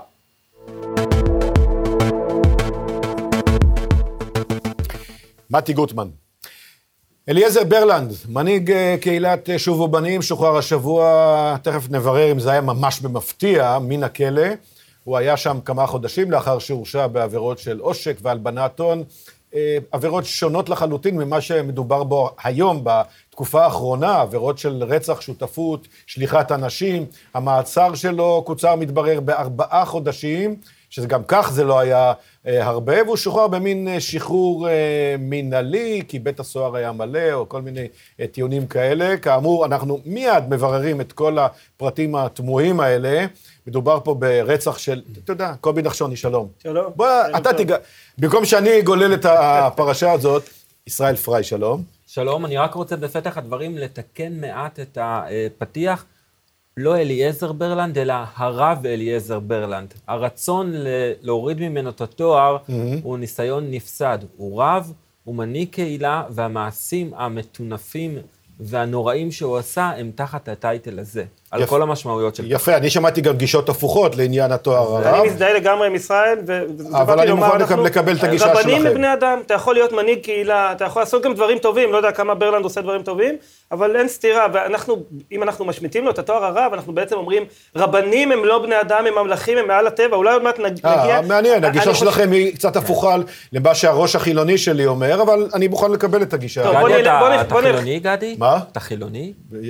מתי גוטמן. אליעזר ברלנד, מנהיג קהילת שוב ובנים, שוחרר השבוע, תכף נברר אם זה היה ממש במפתיע, מן הכלא. הוא היה שם כמה חודשים לאחר שהורשע בעבירות של עושק והלבנת הון, עבירות שונות לחלוטין ממה שמדובר בו היום בתקופה האחרונה, עבירות של רצח, שותפות, שליחת אנשים, המעצר שלו קוצר מתברר בארבעה חודשים, שזה גם כך זה לא היה אה, הרבה, והוא שוחרר במין אה, שחרור אה, מנהלי, כי בית הסוהר היה מלא, או כל מיני אה, טיעונים כאלה. כאמור, אנחנו מיד מבררים את כל הפרטים התמוהים האלה. מדובר פה ברצח של, אתה יודע, קובי נחשוני, שלום. שלום. בוא, אתה תיגע, במקום שאני גולל את הפרשה הזאת, ישראל פריי, שלום. שלום, אני רק רוצה בפתח הדברים לתקן מעט את הפתיח, לא אליעזר ברלנד, אלא הרב אליעזר ברלנד. הרצון להוריד ממנו את התואר mm-hmm. הוא ניסיון נפסד. הוא רב, הוא מנהיג קהילה, והמעשים המטונפים והנוראים שהוא עשה הם תחת הטייטל הזה, על יפה, כל המשמעויות של... יפה, אני שמעתי גם גישות הפוכות לעניין התואר הרב. אני מזדהה לגמרי עם ישראל, אבל אני מוכן אנחנו, לקבל את הגישה שלכם. רבנים לבני אדם, אתה יכול להיות מנהיג קהילה, אתה יכול לעשות גם דברים טובים, לא יודע כמה ברלנד עושה דברים טובים, אבל אין סתירה, ואנחנו, אם אנחנו משמיטים לו את התואר הרב, אנחנו בעצם אומרים, רבנים הם לא בני אדם, הם ממלכים, הם מעל הטבע, אולי עוד מעט נגיע... מעניין, הגישה שלכם היא קצת הפוכה למה שהראש החילוני שלי אומר, אבל אני מוכן לקבל את הגישה. גדי, אתה חילוני, גדי? מה? אתה חילוני?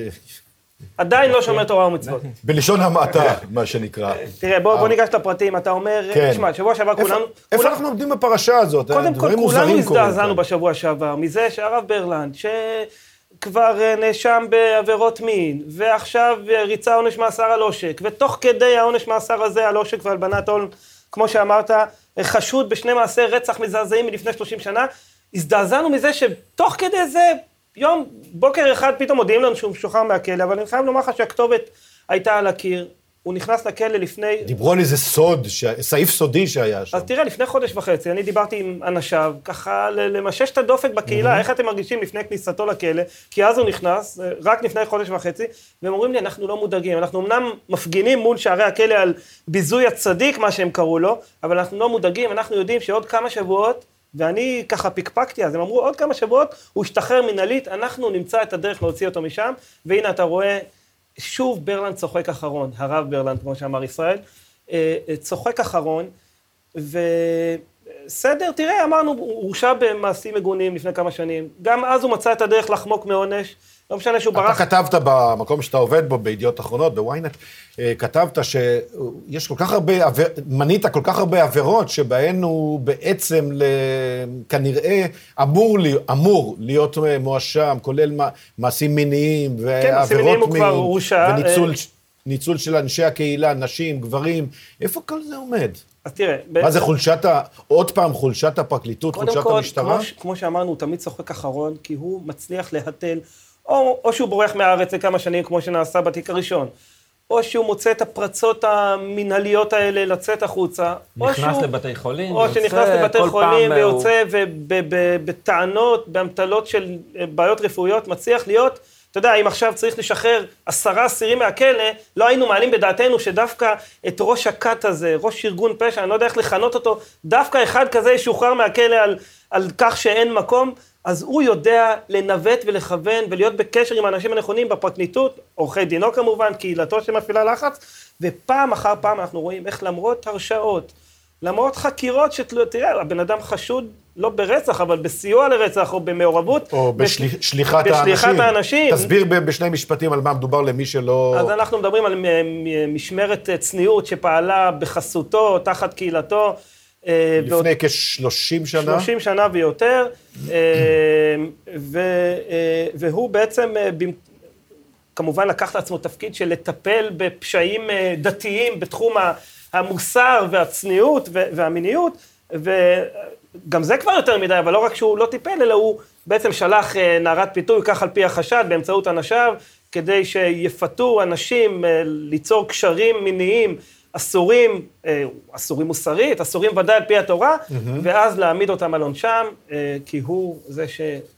עדיין לא שומר תורה ומצוות. בלשון המעטה, מה שנקרא. תראה, בוא ניגש לפרטים, אתה אומר, תשמע, שבוע שעבר כולנו... איפה אנחנו עומדים בפרשה הזאת? קודם כל, כולנו הזדעזענו בשבוע שעבר, מזה שהרב ברלנד, שכבר נאשם בעבירות מין, ועכשיו ריצה עונש מאסר על עושק, ותוך כדי העונש מאסר הזה על עושק והלבנת הון, כמו שאמרת, חשוד בשני מעשי רצח מזעזעים מלפני שלושים שנה, הזדעזענו מזה שתוך כדי זה... יום, בוקר אחד פתאום מודיעים לנו שהוא משוחרר מהכלא, אבל אני חייב לומר לך שהכתובת הייתה על הקיר, הוא נכנס לכלא לפני... דיברו על איזה סוד, סעיף סודי שהיה שם. אז תראה, לפני חודש וחצי, אני דיברתי עם אנשיו, ככה למשש את הדופק בקהילה, איך אתם מרגישים לפני כניסתו לכלא, כי אז הוא נכנס, רק לפני חודש וחצי, והם אומרים לי, אנחנו לא מודאגים, אנחנו אמנם מפגינים מול שערי הכלא על ביזוי הצדיק, מה שהם קראו לו, אבל אנחנו לא מודאגים, אנחנו יודעים שעוד כמה שבועות, ואני ככה פיקפקתי, אז הם אמרו, עוד כמה שבועות, הוא השתחרר מנהלית, אנחנו נמצא את הדרך להוציא אותו משם, והנה אתה רואה, שוב ברלנד צוחק אחרון, הרב ברלנד, כמו שאמר ישראל, צוחק אחרון, וסדר, תראה, אמרנו, הוא הורשע במעשים מגונים לפני כמה שנים, גם אז הוא מצא את הדרך לחמוק מעונש, לא משנה שהוא ברח. אתה כתבת במקום שאתה עובד בו, בידיעות אחרונות, בוויינט, כתבת שיש כל כך הרבה, מנית כל כך הרבה עבירות, שבהן הוא בעצם כנראה אמור, אמור להיות מואשם, כולל מעשים מיניים, ועבירות מין, וניצול של אנשי הקהילה, נשים, גברים. איפה כל זה עומד? אז תראה... מה זה חולשת, עוד פעם, חולשת הפרקליטות, חולשת המשטרה? קודם כל, כמו שאמרנו, הוא תמיד צוחק אחרון, כי הוא מצליח להתל, או, או שהוא בורח מהארץ לכמה שנים, כמו שנעשה בתיק הראשון, או שהוא מוצא את הפרצות המנהליות האלה לצאת החוצה, נכנס או שהוא, לבתי חולים, או שנכנס לבתי חולים ויוצא, ובטענות, באמתלות של בעיות רפואיות, מצליח להיות, אתה יודע, אם עכשיו צריך לשחרר עשרה אסירים מהכלא, לא היינו מעלים בדעתנו שדווקא את ראש הכת הזה, ראש ארגון פשע, אני לא יודע איך לכנות אותו, דווקא אחד כזה ישוחרר מהכלא על, על כך שאין מקום, אז הוא יודע לנווט ולכוון ולהיות בקשר עם האנשים הנכונים בפרקליטות, עורכי דינו כמובן, קהילתו שמפעילה לחץ, ופעם אחר פעם אנחנו רואים איך למרות הרשעות, למרות חקירות שתלויות, תראה, הבן אדם חשוד לא ברצח, אבל בסיוע לרצח או במעורבות. או בשליחת בשל... האנשים. האנשים. תסביר בשני משפטים על מה מדובר למי שלא... אז אנחנו מדברים על משמרת צניעות שפעלה בחסותו, תחת קהילתו. לפני ועוד... כ-שלושים שנה. שלושים שנה ויותר, ו... והוא בעצם, כמובן לקח לעצמו תפקיד של לטפל בפשעים דתיים בתחום המוסר והצניעות והמיניות, וגם זה כבר יותר מדי, אבל לא רק שהוא לא טיפל, אלא הוא בעצם שלח נערת פיתוי, כך על פי החשד, באמצעות אנשיו, כדי שיפתו אנשים ליצור קשרים מיניים, אסורים, אסורים מוסרית, אסורים ודאי על פי התורה, ואז להעמיד אותם על עונשם, כי הוא זה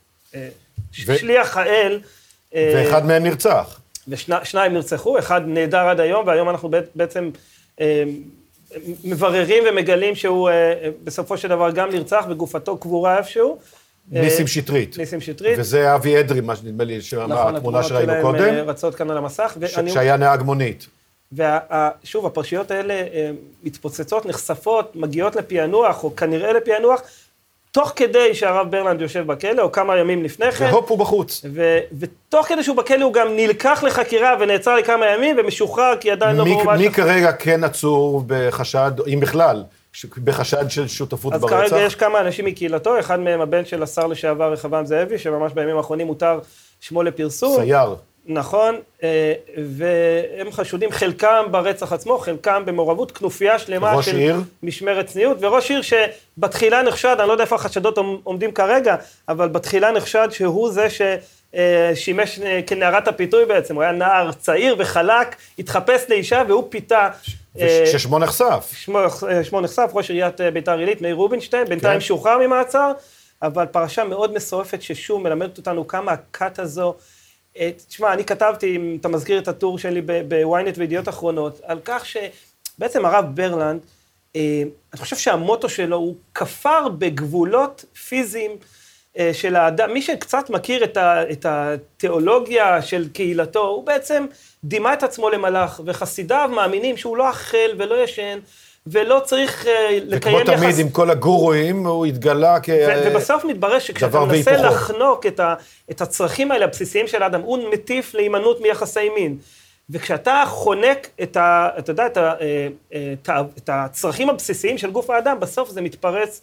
ששליח האל. ואחד מהם נרצח. ושניים נרצחו, אחד נהדר עד היום, והיום אנחנו בעצם מבררים ומגלים שהוא בסופו של דבר גם נרצח, וגופתו קבורה איפשהו. ניסים שטרית. ניסים שטרית. וזה אבי אדרי, מה שנדמה לי, התמונה שראינו קודם. נכון, התמונות רצות כאן על המסך. שהיה נהג מונית. ושוב, הפרשיות האלה מתפוצצות, נחשפות, מגיעות לפענוח, או כנראה לפענוח, תוך כדי שהרב ברלנד יושב בכלא, או כמה ימים לפני כן. והופ, הוא בחוץ. ו- ותוך כדי שהוא בכלא, הוא גם נלקח לחקירה, ונעצר לכמה ימים, ומשוחרר, כי עדיין לא ברור מה... מי כרגע כן עצור בחשד, אם בכלל, בחשד של שותפות אז ברצח? אז כרגע יש כמה אנשים מקהילתו, אחד מהם הבן של השר לשעבר רחבעם זאבי, שממש בימים האחרונים מותר שמו לפרסום. סייר. נכון, והם חשודים חלקם ברצח עצמו, חלקם במעורבות, כנופיה שלמה של עיר. משמרת צניעות, וראש עיר שבתחילה נחשד, אני לא יודע איפה החשדות עומדים כרגע, אבל בתחילה נחשד שהוא זה ששימש כנערת הפיתוי בעצם, הוא היה נער צעיר וחלק, התחפש לאישה והוא פיתה. ששמו נחשף. שמו, שמו נחשף, ראש עיריית ביתר עילית, מאיר רובינשטיין, בינתיים כן. שוחרר ממעצר, אבל פרשה מאוד מסועפת ששוב מלמדת אותנו כמה הכת הזו, תשמע, אני כתבתי, אם אתה מזכיר את הטור שלי בוויינט וידיעות אחרונות, על כך שבעצם הרב ברלנד, אני חושב שהמוטו שלו הוא כפר בגבולות פיזיים של האדם. מי שקצת מכיר את התיאולוגיה של קהילתו, הוא בעצם דימה את עצמו למלאך, וחסידיו מאמינים שהוא לא אכל ולא ישן, ולא צריך לקיים יחס... וכמו תמיד, עם כל הגורואים, הוא התגלה כ... ובסוף מתברר שכשאתה מנסה לחנוק את הצרכים האלה, הבסיסיים של האדם, הוא מטיף להימנעות מיחסי מין. וכשאתה חונק את ה... אתה יודע, את הצרכים הבסיסיים של גוף האדם, בסוף זה מתפרץ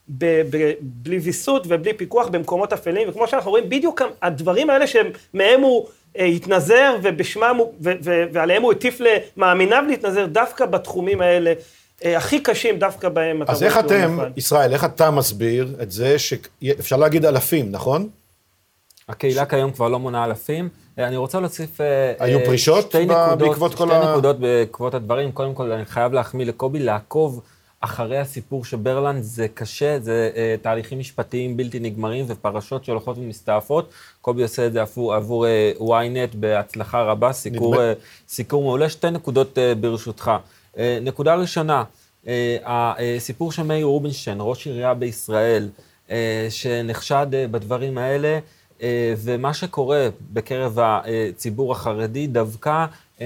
בלי ויסות ובלי פיקוח במקומות אפלים, וכמו שאנחנו רואים, בדיוק הדברים האלה שמהם הוא התנזר, ובשמם, ועליהם הוא הטיף למאמיניו להתנזר, דווקא בתחומים האלה, הכי קשים דווקא בהם. אז איך אתם, ישראל, איך אתה מסביר את זה שאפשר להגיד אלפים, נכון? הקהילה כיום כבר לא מונה אלפים. אני רוצה להוסיף היו פרישות בעקבות כל ה... שתי נקודות בעקבות הדברים. קודם כל, אני חייב להחמיא לקובי, לעקוב אחרי הסיפור של ברלנד, זה קשה, זה תהליכים משפטיים בלתי נגמרים ופרשות שהולכות ומסתעפות. קובי עושה את זה עבור, עבור וויינט בהצלחה רבה, סיקור, סיקור מעולה. שתי נקודות ברשותך. נקודה ראשונה, הסיפור של מאיר רובינשטיין, ראש עירייה בישראל, שנחשד בדברים האלה, ומה שקורה בקרב הציבור החרדי, דווקא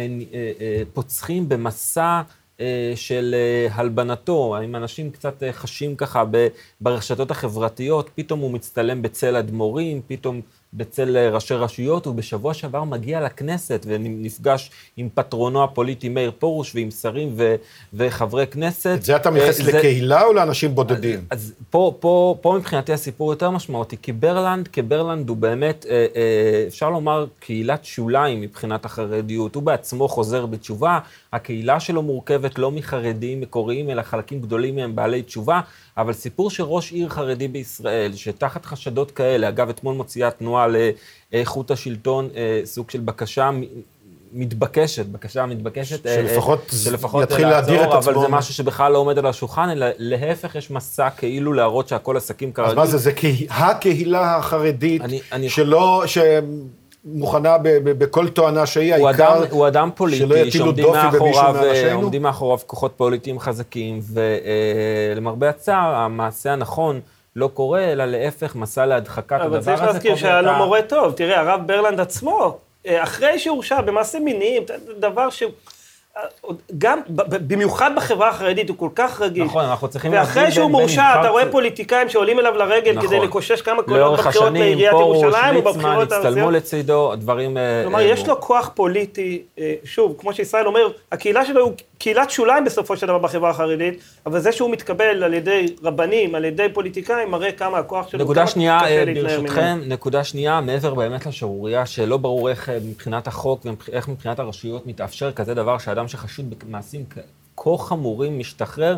פוצחים במסע של הלבנתו, אם אנשים קצת חשים ככה ברשתות החברתיות, פתאום הוא מצטלם בצל אדמו"רים, פתאום בצל ראשי רשויות, ובשבוע שעבר מגיע לכנסת ונפגש עם פטרונו הפוליטי מאיר פרוש ועם שרים ו- וחברי כנסת. את זה אתה מייחס זה... לקהילה או לאנשים בודדים? אז, אז פה, פה, פה מבחינתי הסיפור יותר משמעותי, כי ברלנד, כברלנד הוא באמת, אה, אה, אפשר לומר, קהילת שוליים מבחינת החרדיות. הוא בעצמו חוזר בתשובה, הקהילה שלו מורכבת לא מחרדים מקוריים, אלא חלקים גדולים מהם בעלי תשובה, אבל סיפור שראש עיר חרדי בישראל, שתחת חשדות כאלה, אגב, אתמול מוציאה תנועה לאיכות השלטון, סוג של בקשה מתבקשת, בקשה מתבקשת, שלפחות, שלפחות יתחיל להדיר את עצמו. אבל זה משהו שבכלל לא עומד על השולחן, אלא להפך יש מסע כאילו להראות שהכל עסקים כרגיל. אז מה זה, זה הקהילה החרדית, אני, אני... שלא, שמוכנה ב, ב, בכל תואנה שהיא, הוא העיקר אדם, הוא אדם פוליטי, שעומדים מאחוריו, עומדים מאחוריו כוחות פוליטיים חזקים, ולמרבה הצער, המעשה הנכון לא קורה, אלא להפך, מסע להדחקת הדבר הזה. אבל צריך להזכיר שהיה לו מורה טוב. תראה, הרב ברלנד עצמו, אחרי שהורשע במעשה מיניים, דבר ש... גם, במיוחד בחברה החרדית, הוא כל כך רגיש. נכון, אנחנו צריכים... ואחרי שהוא מורשע, אתה רואה פוליטיקאים שעולים אליו לרגל כדי לקושש כמה קולות בבחירות לעיריית ירושלים, או בבחירות הארציות. הצטלמו לצידו, הדברים... כלומר, יש לו כוח פוליטי, שוב, כמו שישראל אומר, הקהילה שלו הוא קהילת שוליים בסופו של דבר בחברה החרדית, אבל זה שהוא מתקבל על ידי רבנים, על ידי פוליטיקאים, מראה כמה הכוח שלו... נקודה שנייה, ברשותכם, נקודה שנייה, מעבר באמת לשערוריה, שלא ברור איך מבחינת החוק ואיך מבחינת הרשויות מתאפשר כזה דבר שאדם שחשוד במעשים כה חמורים משתחרר.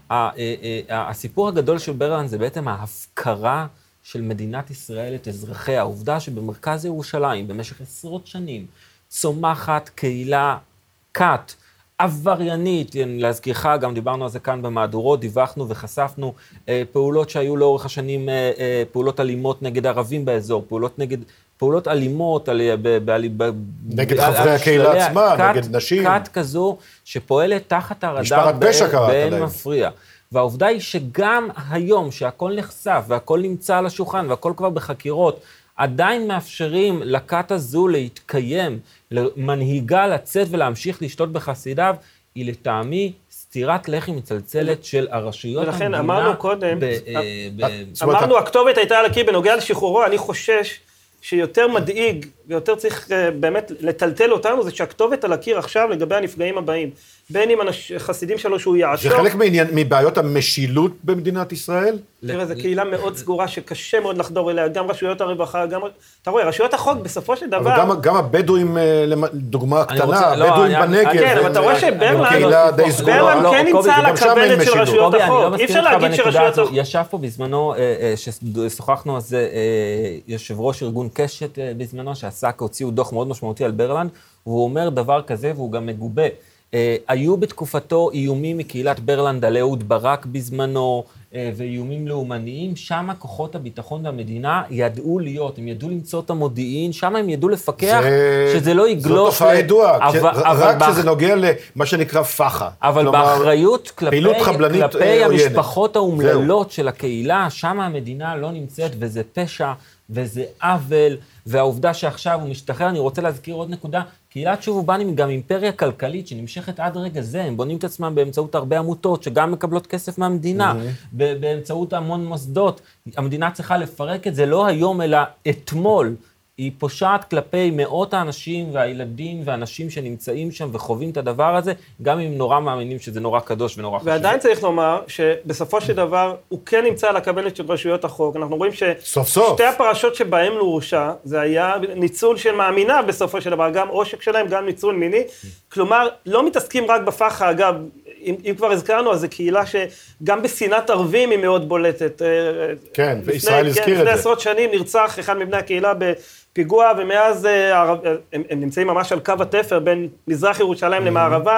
הסיפור הגדול של ברלנד זה בעצם ההפקרה של מדינת ישראל את אזרחיה. העובדה שבמרכז ירושלים במשך עשרות שנים צומחת קהילה כת, עבריינית, להזכירך, גם דיברנו על זה כאן במהדורות, דיווחנו וחשפנו פעולות שהיו לאורך השנים, פעולות אלימות נגד ערבים באזור, פעולות נגד... פעולות אלימות, על, ב, ב, ב, נגד ב, חברי הקהילה עצמה, קט, נגד נשים. קט כזו שפועלת תחת הרדאר משפחת פשע קראת עליהם. באין מפריע. והעובדה היא שגם היום שהכל נחשף והכל נמצא על השולחן והכל כבר בחקירות, עדיין מאפשרים לקט הזו להתקיים, למנהיגה לצאת ולהמשיך לשתות בחסידיו, היא לטעמי סתירת לחי מצלצלת של הרשויות המדינה. ולכן אמרנו קודם, ב, ב, אמרנו הכתובת הייתה על הקיר בנוגע לשחרורו, אני חושש, שיותר מדאיג ויותר צריך באמת לטלטל אותנו, זה שהכתובת על הקיר עכשיו לגבי הנפגעים הבאים. בין אם החסידים שלו שהוא יעשור. זה חלק מעניין, מבעיות המשילות במדינת ישראל? תראה, זו קהילה מאוד סגורה שקשה מאוד לחדור אליה, גם רשויות הרווחה, גם... אתה רואה, רשויות החוק בסופו של דבר... אבל גם, גם הבדואים, דוגמה קטנה, הבדואים לא, בנגב... כן, אבל אתה רואה שברלנד כן נמצא על הכוונת של רשויות החוק. אי אפשר להגיד שרשויות החוק... ישב פה בזמנו, ששוחחנו על זה, יושב ראש ארגון קשת בזמנו, שעסק, הוציאו דוח מאוד משמעותי על ברלנד, והוא אומר דבר כזה, והוא גם מגובה. Uh, היו בתקופתו איומים מקהילת ברלנד על אהוד ברק בזמנו, uh, ואיומים לאומניים, שם כוחות הביטחון והמדינה ידעו להיות, הם ידעו למצוא את המודיעין, שם הם ידעו לפקח זה... שזה לא יגלוש... זו תופעה ידועה, אבל, כש... אבל רק באח... כשזה נוגע למה שנקרא פחה. אבל כלומר, באחריות כלפי, כלפי uh, המשפחות האומללות של הקהילה, שם המדינה לא נמצאת, וזה פשע, וזה עוול, והעובדה שעכשיו הוא משתחרר, אני רוצה להזכיר עוד נקודה, קהילת שובובן היא גם אימפריה כלכלית שנמשכת עד רגע זה, הם בונים את עצמם באמצעות הרבה עמותות שגם מקבלות כסף מהמדינה, באמצעות המון מוסדות, המדינה צריכה לפרק את זה לא היום אלא אתמול, היא פושעת כלפי מאות האנשים והילדים והאנשים שנמצאים שם וחווים את הדבר הזה, גם אם נורא מאמינים שזה נורא קדוש ונורא חשוב. ועדיין צריך לומר שבסופו של דבר הוא כן נמצא על הכוונת של רשויות החוק. אנחנו רואים ששתי הפרשות שבהם הוא הורשע, זה היה ניצול של מאמינה בסופו של דבר, גם עושק שלהם, גם ניצול מיני. כלומר, לא מתעסקים רק בפחה, אגב, אם, אם כבר הזכרנו, אז זו קהילה שגם בשנאת ערבים היא מאוד בולטת. כן, וישראל הזכיר את זה. לפני עשרות שנים נרצח אחד מבני הקהילה בפיגוע, ומאז הם, הם נמצאים ממש על קו התפר בין מזרח ירושלים למערבה,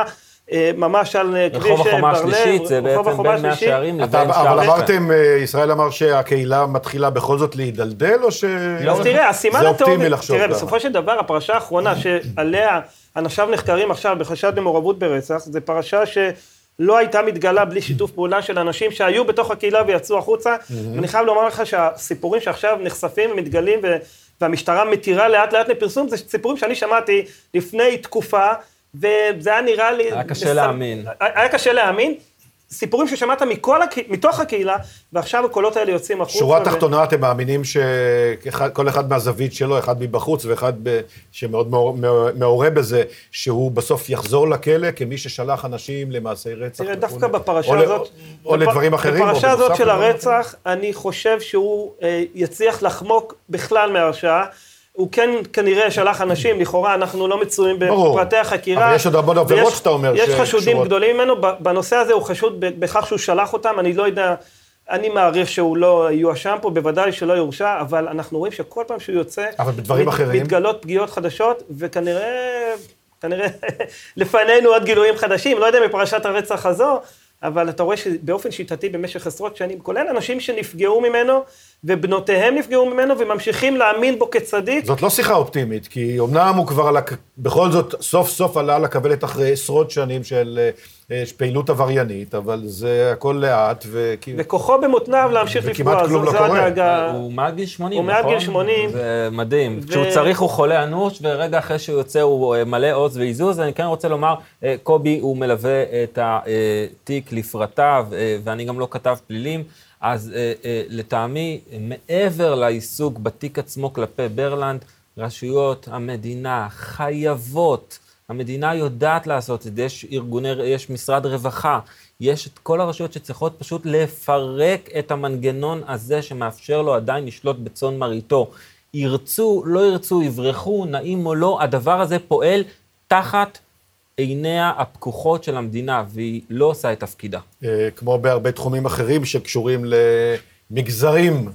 ממש על כביש ברלב. רחוב החומה השלישית, זה בעצם בין מהשערים לבין שערים. אבל אמרתם, ישראל אמר שהקהילה מתחילה בכל זאת להידלדל, או שזה אופטימי לחשוב? תראה, בסופו של דבר, הפרשה האחרונה שעליה אנשיו נחקרים עכשיו בחשד למעורבות ברצח, זה פרשה שלא הייתה מתגלה בלי שיתוף פעולה של אנשים שהיו בתוך הקהילה ויצאו החוצה, ואני חייב לומר לך שהסיפורים שעכשיו נחשפים ומתגלים, והמשטרה מתירה לאט לאט לפרסום, זה סיפורים שאני שמעתי לפני תקופה, וזה היה נראה לי... היה קשה להאמין. היה קשה להאמין, סיפורים ששמעת מכל, מתוך הקהילה, ועכשיו הקולות האלה יוצאים החוצה. שורה תחתונה, אתם מאמינים שכל אחד מהזווית שלו, אחד מבחוץ ואחד שמאוד מעורה בזה, שהוא בסוף יחזור לכלא כמי ששלח אנשים למעשי רצח? תראה, דווקא בפרשה הזאת... או לדברים אחרים? בפרשה הזאת של הרצח, אני חושב שהוא יצליח לחמוק בכלל מהרשעה. הוא כן כנראה שלח אנשים, לכאורה אנחנו לא מצויים בפרטי החקירה. אבל יש עוד הרבה עבירות שאתה אומר. יש חשודים גדולים ממנו, בנושא הזה הוא חשוד בכך שהוא שלח אותם, אני לא יודע, אני מעריך שהוא לא יואשם פה, בוודאי שלא יורשע, אבל אנחנו רואים שכל פעם שהוא יוצא, אבל בדברים אחרים, מתגלות פגיעות חדשות, וכנראה, כנראה, לפנינו עוד גילויים חדשים, לא יודע מפרשת הרצח הזו, אבל אתה רואה שבאופן שיטתי במשך עשרות שנים, כולל אנשים שנפגעו ממנו, ובנותיהם נפגעו ממנו, וממשיכים להאמין בו כצדיק. זאת לא שיחה אופטימית, כי אמנם הוא כבר על, בכל זאת סוף סוף עלה לכבלת אחרי עשרות שנים של פעילות עבריינית, אבל זה הכל לאט, וכי... וכוחו במותניו להמשיך לפגוע, זו הדאגה... הוא מעל גיל שמונים, נכון? הוא מעל גיל שמונים. זה מדהים. כשהוא צריך הוא חולה אנוש, ורגע אחרי שהוא יוצא הוא מלא עוז ועיזוז. אני כן רוצה לומר, קובי הוא מלווה את התיק לפרטיו, ואני גם לא כתב פלילים, אז לטעמי, מעבר לעיסוק בתיק עצמו כלפי ברלנד, רשויות המדינה חייבות, המדינה יודעת לעשות את זה, יש ארגוני, יש משרד רווחה, יש את כל הרשויות שצריכות פשוט לפרק את המנגנון הזה שמאפשר לו עדיין לשלוט בצאן מרעיתו. ירצו, לא ירצו, יברחו, נעים או לא, הדבר הזה פועל תחת עיניה הפקוחות של המדינה, והיא לא עושה את תפקידה. כמו בהרבה תחומים אחרים שקשורים למגזרים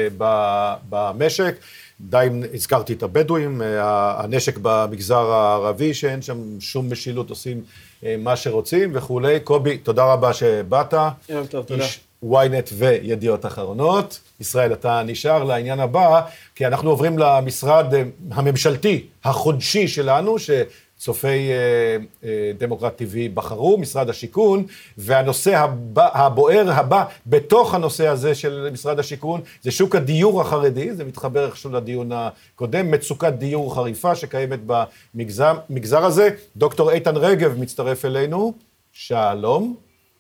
במשק, די הזכרתי את הבדואים, הנשק במגזר הערבי, שאין שם שום משילות, עושים מה שרוצים וכולי. קובי, תודה רבה שבאת. יום טוב, תודה. איש וויינט וידיעות אחרונות. ישראל, אתה נשאר לעניין הבא, כי אנחנו עוברים למשרד הממשלתי החודשי שלנו, שצופי דמוקרט טבעי בחרו, משרד השיכון, והנושא הבא, הבוער הבא בתוך הנושא הזה של משרד השיכון, זה שוק הדיור החרדי, זה מתחבר איכשהו לדיון הקודם, מצוקת דיור חריפה שקיימת במגזר מגזר הזה. דוקטור איתן רגב מצטרף אלינו, שלום.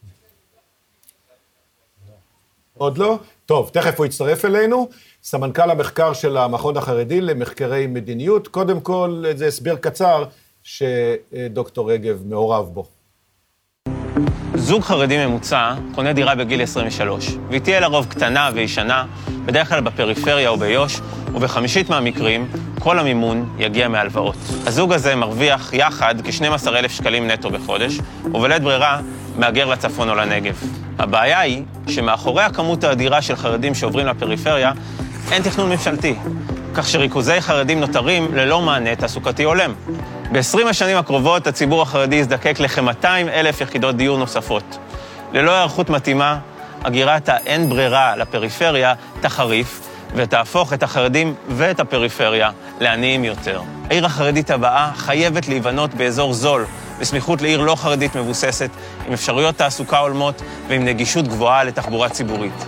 עוד לא? טוב, תכף הוא יצטרף אלינו. סמנכ"ל המחקר של המכון החרדי למחקרי מדיניות. קודם כל, זה הסבר קצר שדוקטור רגב מעורב בו. זוג חרדי ממוצע קונה דירה בגיל עשרים ושלוש, והיא תהיה לרוב קטנה וישנה, בדרך כלל בפריפריה או ביוש, ובחמישית מהמקרים כל המימון יגיע מהלוואות. הזוג הזה מרוויח יחד כ-שנים עשר אלף שקלים נטו בחודש, ובלית ברירה מהגר לצפון או לנגב. הבעיה היא שמאחורי הכמות האדירה של חרדים שעוברים לפריפריה, אין תכנון ממשלתי, כך שריכוזי חרדים נותרים ללא מענה תעסוקתי הולם. ב-עשרים השנים הקרובות הציבור החרדי יזדקק לכ-מאתיים אלף יחידות דיור נוספות. ללא הערכות מתאימה, הגירת האין ברירה לפריפריה תחריף, ותהפוך את החרדים ואת הפריפריה לעניים יותר. העיר החרדית הבאה חייבת להיבנות באזור זול, בסמיכות לעיר לא חרדית מבוססת, עם אפשרויות תעסוקה הולמות ועם נגישות גבוהה לתחבורה ציבורית.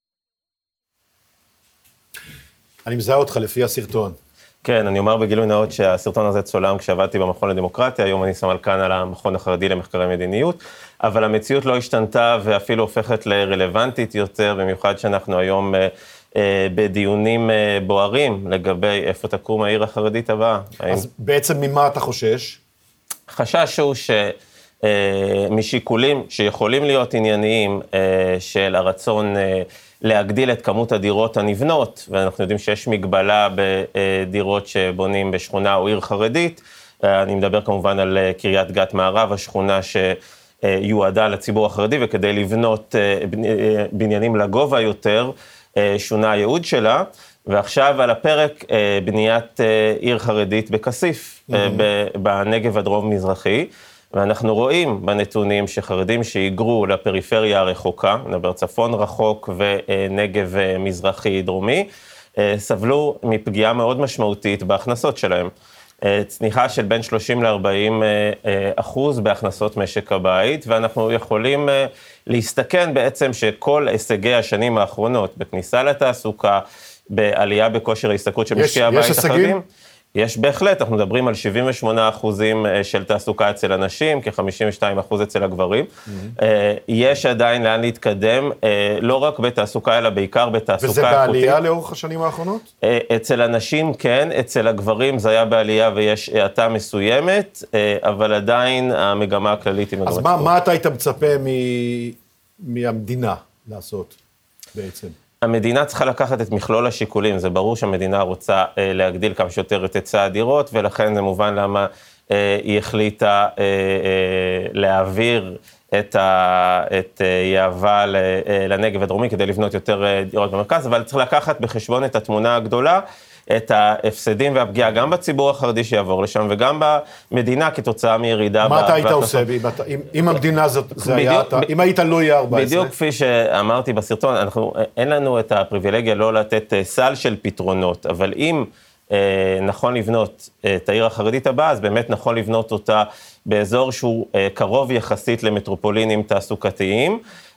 אני מזהה אותך לפי הסרטון. כן, אני אומר בגילוי נאות שהסרטון הזה צולם כשעבדתי במכון לדמוקרטיה, היום אני סמנכ"ל על המכון החרדי למחקרי מדיניות, אבל המציאות לא השתנתה ואפילו הופכת לרלוונטית יותר, במיוחד שאנחנו היום אה, בדיונים אה, בוערים לגבי איפה תקום העיר החרדית הבאה. אז האם... בעצם ממה אתה חושש? חשש הוא שמשיקולים שיכולים להיות ענייניים של הרצון להגדיל את כמות הדירות הנבנות, ואנחנו יודעים שיש מגבלה בדירות שבונים בשכונה או עיר חרדית, אני מדבר כמובן על קריית גת מערב, השכונה שיועדה לציבור החרדי, וכדי לבנות בניינים לגובה יותר, שונה הייעוד שלה, ועכשיו על הפרק בניית עיר חרדית בכסיף, mm-hmm. בנגב הדרום-מזרחי, ואנחנו רואים בנתונים שחרדים שהיגרו לפריפריה הרחוקה, נדבר צפון רחוק ונגב מזרחי דרומי, סבלו מפגיעה מאוד משמעותית בהכנסות שלהם. צניחה של בין שלושים לארבעים אחוז בהכנסות משק הבית, ואנחנו יכולים להסתכן בעצם שכל הישגי השנים האחרונות, בכניסה לתעסוקה, בעלייה בכושר ההשתכרות של משקי הבית החרדים, יש בהחלט, אנחנו מדברים על שבעים ושמונה אחוזים של תעסוקה אצל אנשים, כ-חמישים ושתיים אחוז אצל הגברים. Mm-hmm. יש עדיין לאן להתקדם, לא רק בתעסוקה, אלא בעיקר בתעסוקה איכותית. וזה בעלייה לאורך השנים האחרונות? אצל אנשים כן, אצל הגברים זה היה בעלייה ויש האטה מסוימת, אבל עדיין המגמה הכללית היא מגמת. אז מה, מה אתה היית מצפה מ... מהמדינה לעשות בעצם? המדינה צריכה לקחת את מכלול השיקולים, זה ברור שהמדינה רוצה אה, להגדיל כמה שיותר את היצע הדירות, ולכן זה מובן למה אה, היא החליטה אה, אה, להעביר את, ה, את אה, יהבה לנגב הדרומי כדי לבנות יותר אה, דירות במרכז, אבל צריך לקחת בחשבון את התמונה הגדולה, את ההפסדים והפגיעה גם בציבור החרדי שיעבור לשם, וגם במדינה כתוצאה מירידה. מה אתה היית עושה, אם המדינה זה היה, אם היית לא יהיה ארבע עשרה? בדיוק כפי שאמרתי בסרטון, אנחנו, אין לנו את הפריבילגיה לא לתת סל של פתרונות, אבל אם נכון לבנות את העיר החרדית הבאה, אז באמת נכון לבנות אותה באזור שהוא קרוב יחסית למטרופולינים תעסוקתיים,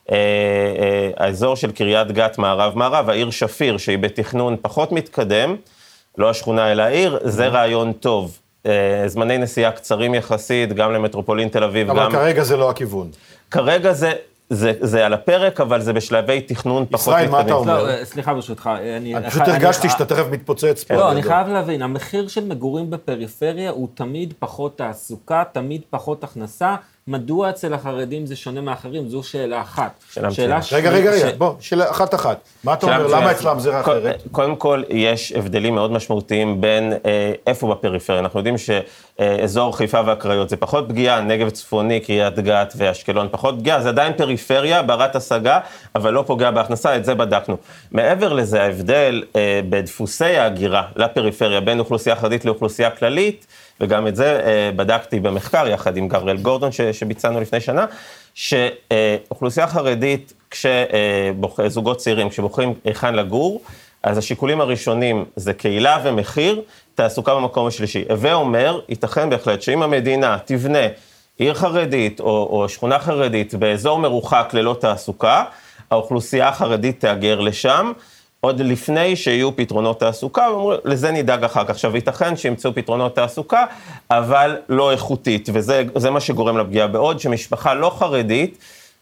האזור של קריית גת מערב-מערב, העיר שפיר, שהיא בתכנון פחות מתקדם, לא השכונה אלא העיר, זה רעיון טוב. זמני נסיעה קצרים יחסית, גם למטרופולין תל אביב. אבל גם... כרגע זה לא הכיוון. כרגע זה, זה, זה על הפרק, אבל זה בשלבי תכנון פחות מתקדם. ישראל, מה אתה אומר? לא, סליחה ברשותך. אני, אני פשוט הרגשתי שאתה תכף מתפוצץ פה. לא, אני חייב להבין, המחיר של מגורים בפריפריה הוא תמיד פחות תעסוקה, תמיד פחות הכנסה. מדוע אצל החרדים זה שונה מאחרים? זו שאלה אחת. שאלה רגע, רגע, רגע, בוא, שאלה אחת אחת. מה אתה אומר? למה אצלם זה אחרת? קודם כל, יש הבדלים מאוד משמעותיים בין איפה בפריפריה. אנחנו יודעים שאזור חיפה והקריות זה פחות פגיעה, נגב צפוני, קריית גת ואשקלון פחות פגיעה, זה עדיין פריפריה, ברת השגה, אבל לא פוגע בהכנסה, את זה בדקנו. מעבר לזה, ההבדל בדפוסי ההגירה לפריפריה, בין אוכלוסייה חרדית לאוכלוסייה כללית, וגם את זה בדקתי במחקר, יחד עם גבריאל גורדון שביצענו לפני שנה, שאוכלוסייה חרדית, כשזוגות צעירים, כשבוחרים היכן לגור, אז השיקולים הראשונים זה קהילה ומחיר, תעסוקה במקום השלישי. ואומר, ייתכן בהחלט שאם המדינה תבנה עיר חרדית או, או שכונה חרדית באזור מרוחק ללא תעסוקה, האוכלוסייה החרדית תאגר לשם, עוד לפני שיהיו פתרונות תעסוקה, ואומרים, לזה נדאג אחר כך. עכשיו, ייתכן שימצאו פתרונות תעסוקה, אבל לא איכותית, וזה מה שגורם לפגיעה. בעוד שמשפחה לא חרדית,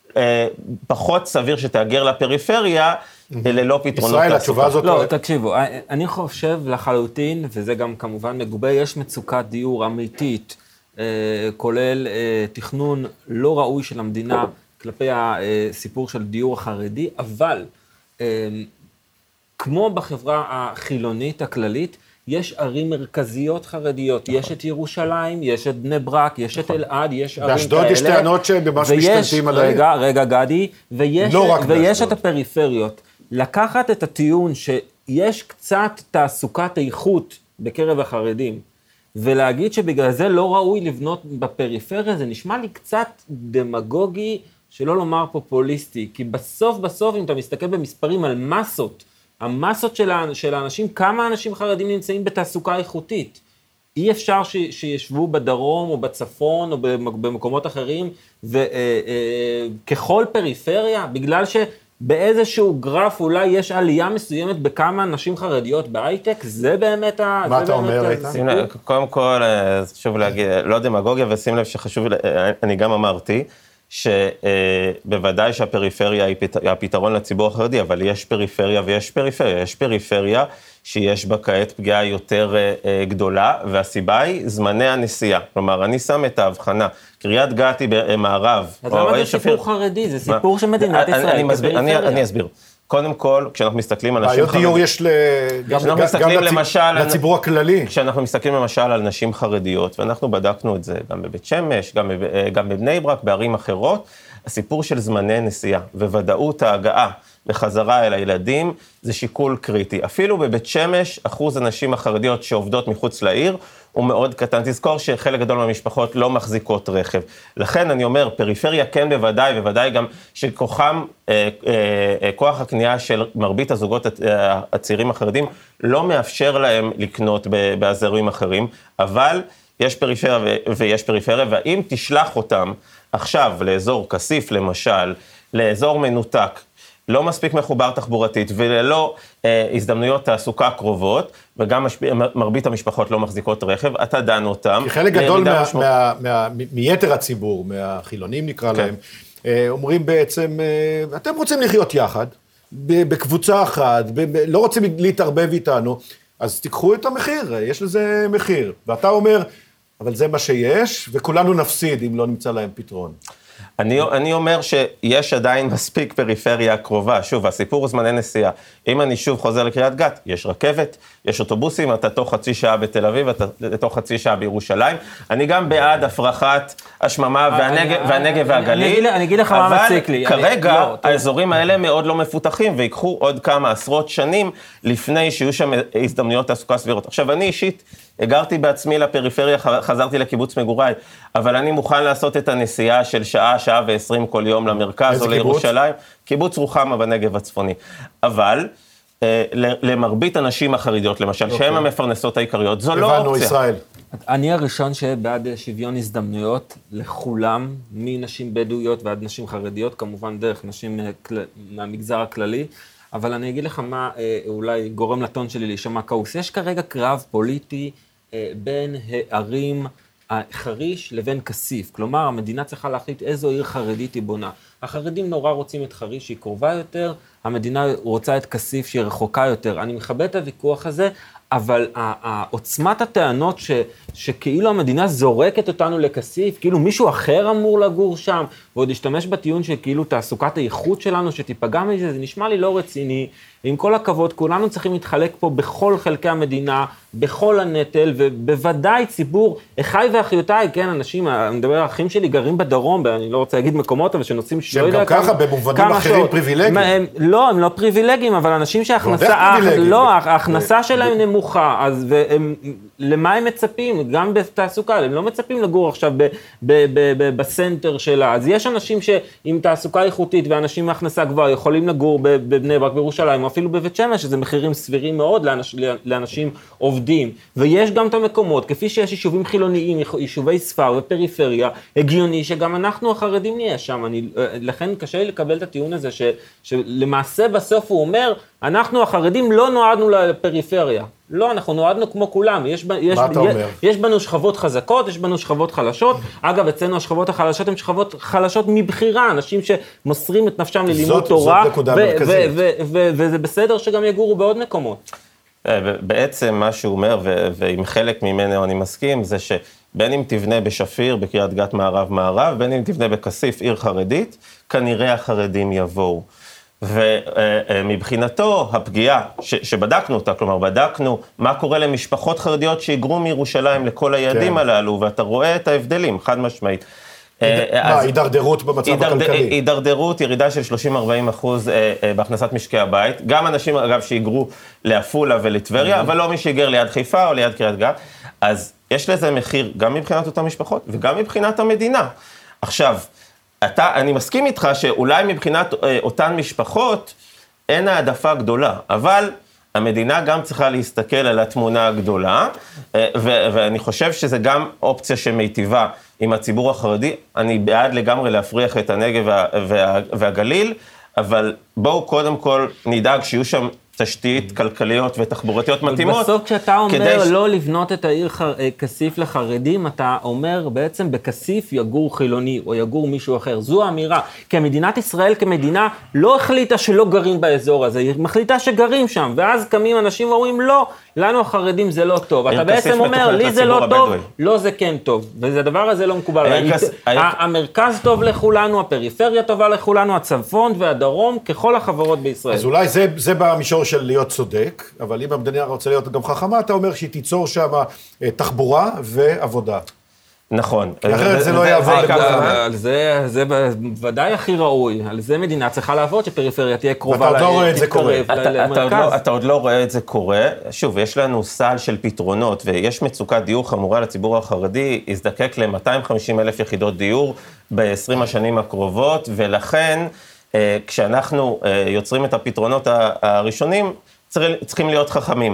פחות סביר שתאגר לפריפריה, ללא פתרונות תעסוקה. ישראל, התשובה הזאת... לא, תקשיבו, אני חושב לחלוטין, וזה גם כמובן מגובה, יש מצוקת דיור אמיתית, כולל תכנון לא ראוי של המדינה, כלפי הסיפור של דיור החרדי, אבל... כמו בחברה החילונית הכללית, יש ערים מרכזיות חרדיות, נכון. יש את ירושלים, יש את בני ברק, יש את אלעד, יש ערים כאלה. באשדוד יש טענות שממש משתלטים עליהם. רגע, רגע גדי, ויש, לא ויש את הפריפריות. לקחת את הטיעון שיש קצת תעסוקת איכות בקרב החרדים, ולהגיד שבגלל זה לא ראוי לבנות בפריפריה, זה נשמע לי קצת דמגוגי, שלא לומר פופוליסטי, כי בסוף בסוף, אם אתה מסתכל במספרים על מסות, המסות של האנשים, כמה אנשים חרדים נמצאים בתעסוקה איכותית. אי אפשר ש, שישבו בדרום או בצפון או במקומות אחרים, וככל פריפריה, בגלל שבאיזשהו גרף אולי יש עלייה מסוימת בכמה נשים חרדיות בהייטק, זה באמת ה... מה אתה אומר, איתן? קודם כל, חשוב להגיד, לא דמגוגיה, ושים לב שחשוב, אני גם אמרתי, שבוודאי שהפריפריה היא הפתרון לציבור החרדי, אבל יש פריפריה ויש פריפריה. יש פריפריה שיש בה כעת פגיעה יותר גדולה, והסיבה היא זמני הנסיעה. כלומר, אני שם את ההבחנה. קריית גת היא במערב. אז למה זה סיפור חרדי? זה סיפור של מדינת ישראל. אני אסביר. קודם כל, כשאנחנו מסתכלים על נשים חרדיות... בעיות דיור יש גם לציבור הכללי. כשאנחנו מסתכלים למשל על נשים חרדיות, ואנחנו בדקנו את זה גם בבית שמש, גם בבני ברק, בערים אחרות, הסיפור של זמני נסיעה וודאות ההגעה בחזרה אל הילדים, זה שיקול קריטי. אפילו בבית שמש, אחוז הנשים החרדיות שעובדות מחוץ לעיר, הוא מאוד קטן. תזכור שחלק גדול מהמשפחות לא מחזיקות רכב. לכן אני אומר, פריפריה כן בוודאי, בוודאי גם שכוחם, אה, אה, כוח הקנייה של מרבית הזוגות הצעירים החרדים, לא מאפשר להם לקנות באזורים אחרים, אבל יש פריפריה ו- ויש פריפריה, והאם תשלח אותם עכשיו לאזור כסיף למשל, לאזור מנותק, לא מספיק מחובר תחבורתית, וללא אה, הזדמנויות תעסוקה קרובות, וגם משפ... מרבית המשפחות לא מחזיקות רכב, אתה דן אותם. כי חלק גדול מה, משמע... מה, מה, מה, מיתר הציבור, מהחילונים נקרא כן. להם, אה, אומרים בעצם, אה, אתם רוצים לחיות יחד, בקבוצה אחת, ב- ב- לא רוצים להתערבב איתנו, אז תיקחו את המחיר, יש לזה מחיר. ואתה אומר, אבל זה מה שיש, וכולנו נפסיד אם לא נמצא להם פתרון. אני, אני אומר שיש עדיין מספיק פריפריה קרובה. שוב, הסיפור הוא זמני נסיעה. אם אני שוב חוזר לקריית גת, יש רכבת, יש אוטובוסים, אתה תוך חצי שעה בתל אביב, אתה תוך חצי שעה בירושלים. אני גם בעד הפרחת השממה והנגב, והנגב והגליל. אני אגיד לך מה מציק לי. אבל כרגע האזורים האלה מאוד לא מפותחים, ויקחו עוד כמה עשרות שנים לפני שיהיו שם הזדמנויות תעסוקה סבירות. עכשיו, אני אישית הגרתי בעצמי לפריפריה, חזרתי לקיבוץ מגוריי, אבל אני מוכן לעשות את הנסיעה של שעה, שעה ועשרים כל יום למרכז או לירושלים. קיבוץ רוחמה בנגב הצפוני. אבל אה, למרבית הנשים החרדיות, למשל, okay. שהן המפרנסות העיקריות, זו לא אופציה. ישראל. אני הראשון שבעד שוויון הזדמנויות לכולם, מנשים בדואיות ועד נשים חרדיות, כמובן דרך נשים מהמגזר הכללי, אבל אני אגיד לך מה אולי גורם לטון שלי להישמע כעוס. יש כרגע קרב פוליטי בין הערים חריש לבין כסיף. כלומר, המדינה צריכה להחליט איזו עיר חרדית היא בונה. החרדים נורא רוצים את חריש שהיא קרובה יותר, המדינה רוצה את כסיף שהיא רחוקה יותר. אני מכבד את הוויכוח הזה, אבל עוצמת הטענות ש, שכאילו המדינה זורקת אותנו לכסיף, כאילו מישהו אחר אמור לגור שם, ועוד להשתמש בטיעון שכאילו תעסוקת האיכות שלנו שתיפגע מזה, זה נשמע לי לא רציני. עם כל הכבוד, כולנו צריכים להתחלק פה בכל חלקי המדינה, בכל הנטל, ובוודאי ציבור, אחי ואחיותיי, כן, אנשים, אני מדבר, האחים שלי גרים בדרום, אני לא רוצה להגיד מקומות, אבל שנוסעים שלא יודע כמה, שהם גם ככה במובנים אחרים פריבילגיים. הם, לא, הם לא פריבילגיים, אבל אנשים שההכנסה, לא, ההכנסה שלהם נמוכה, אז והם, למה הם מצפים? גם בתעסוקה, הם לא מצפים לגור עכשיו ב, ב, ב, ב, בסנטר שלה, אז יש אנשים שעם תעסוקה איכותית, ואנשים מהכנסה גבוהה יכולים לגור בבני ברק בירושלים, אפילו בבית שמש, שזה מחירים סבירים מאוד לאנש, לאנשים עובדים. ויש גם את המקומות, כפי שיש יישובים חילוניים, יישובי ספר ופריפריה, הגיוני שגם אנחנו החרדים נהיה שם. אני, לכן קשה לי לקבל את הטיעון הזה, ש, שלמעשה בסוף הוא אומר, אנחנו החרדים לא נועדנו לפריפריה. לא, אנחנו נועדנו כמו כולם. יש, יש, מה אתה יש, אומר? יש בנו שכבות חזקות, יש בנו שכבות חלשות. אגב, אצלנו השכבות החלשות הן שכבות חלשות מבחירה, אנשים שמוסרים את נפשם ללימוד זאת, תורה, זאת נקודה מרכזית. וזה בסדר שגם יגורו בעוד מקומות. בעצם מה שהוא אומר, ועם חלק ממנו אני מסכים, זה שבין אם תבנה בשפיר, בקריית גת מערב מערב, בין אם תבנה בכסיף עיר חרדית, כנראה החרדים יבואו. ומבחינתו הפגיעה שבדקנו אותה, כלומר בדקנו מה קורה למשפחות חרדיות שיגרו מירושלים לכל היעדים הללו, ואתה רואה את ההבדלים, חד משמעית. מה, הידרדרות במצב הכלכלי? הידרדרות, ירידה של שלושים עד ארבעים אחוז בהכנסת משקי הבית, גם אנשים אגב שיגרו לעפולה ולטבריה, אבל לא מי שיגר ליד חיפה או ליד קריית גת, אז יש לזה מחיר גם מבחינת אותן משפחות וגם מבחינת המדינה. עכשיו, אתה, אני מסכים איתך שאולי מבחינת אותן משפחות אין העדפה גדולה, אבל המדינה גם צריכה להסתכל על התמונה הגדולה, ו- ואני חושב שזה גם אופציה שמיטיבה עם הציבור החרדי. אני בעד לגמרי להפריח את הנגב וה- וה- והגליל, אבל בואו קודם כל נדאג שיהיו שם תשתית כלכליות ותחבורתיות מתאימות. בסוף כשאתה אומר לא לבנות את העיר כסיף לחרדים, אתה אומר בעצם בכסיף יגור חילוני או יגור מישהו אחר. זו האמירה. כי מדינת ישראל כמדינה לא החליטה שלא גרים באזור הזה, היא מחליטה שגרים שם, ואז קמים אנשים ואומרים לא, לנו החרדים זה לא טוב. אתה בעצם אומר, לי זה לא טוב, לא זה כן טוב. והדבר הזה לא מקובל. המרכז טוב לכולנו, הפריפריה טובה לכולנו, הצפון והדרום, ככל החברות בישראל. אז אולי זה, זה במישור של להיות צודק, אבל אם המדינה רוצה להיות גם חכמה, אתה אומר שהיא תיצור שם תחבורה ועבודה. נכון. אחרת זה לא יעבור לכולם. זה בוודאי הכי ראוי, על זה מדינה צריכה לעבוד, שפריפריה תהיה קרובה למרכז. אתה עוד לא רואה את זה קורה. אתה עוד לא רואה את זה קורה. שוב, יש לנו סל של פתרונות, ויש מצוקת דיור חמורה לציבור החרדי, יזדקק ל-מאתיים וחמישים אלף יחידות דיור ב-עשרים השנים הקרובות, ולכן כשאנחנו יוצרים את הפתרונות הראשונים, צריכים להיות חכמים.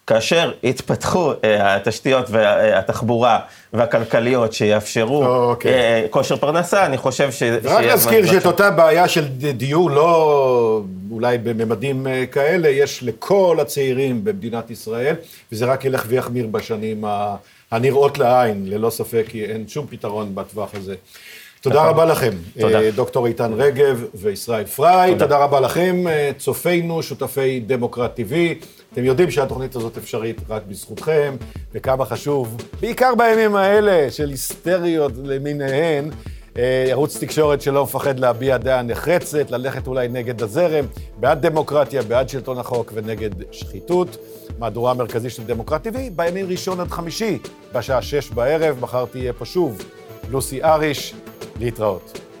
כאשר יתפתחו התשתיות והתחבורה והכלכליות שיאפשרו okay. כושר פרנסה, אני חושב ש... רק להזכיר שאת אותה בעיה של דיור, לא אולי בממדים כאלה, יש לכל הצעירים במדינת ישראל, וזה רק ילך ויחמיר בשנים הנראות לעין, ללא ספק, כי אין שום פתרון בטווח הזה. תודה רבה לכם, דוקטור איתן רגב וישראל פריי, תודה רבה לכם, צופינו, שותפי דמוקרט טי וי, אתם יודעים שהתוכנית הזאת אפשרית רק בזכותכם, וכמה חשוב, בעיקר בימים האלה של היסטריות למיניהן, ערוץ תקשורת שלא מפחד להביע דעה נחרצת, ללכת אולי נגד הזרם, בעד דמוקרטיה, בעד שלטון החוק ונגד שחיתות. מהדורה המרכזית של דמוקרט טי וי, בימים ראשון עד חמישי, בשעה שש בערב, מחר תהיה פה שוב לוסי אריש, להתראות.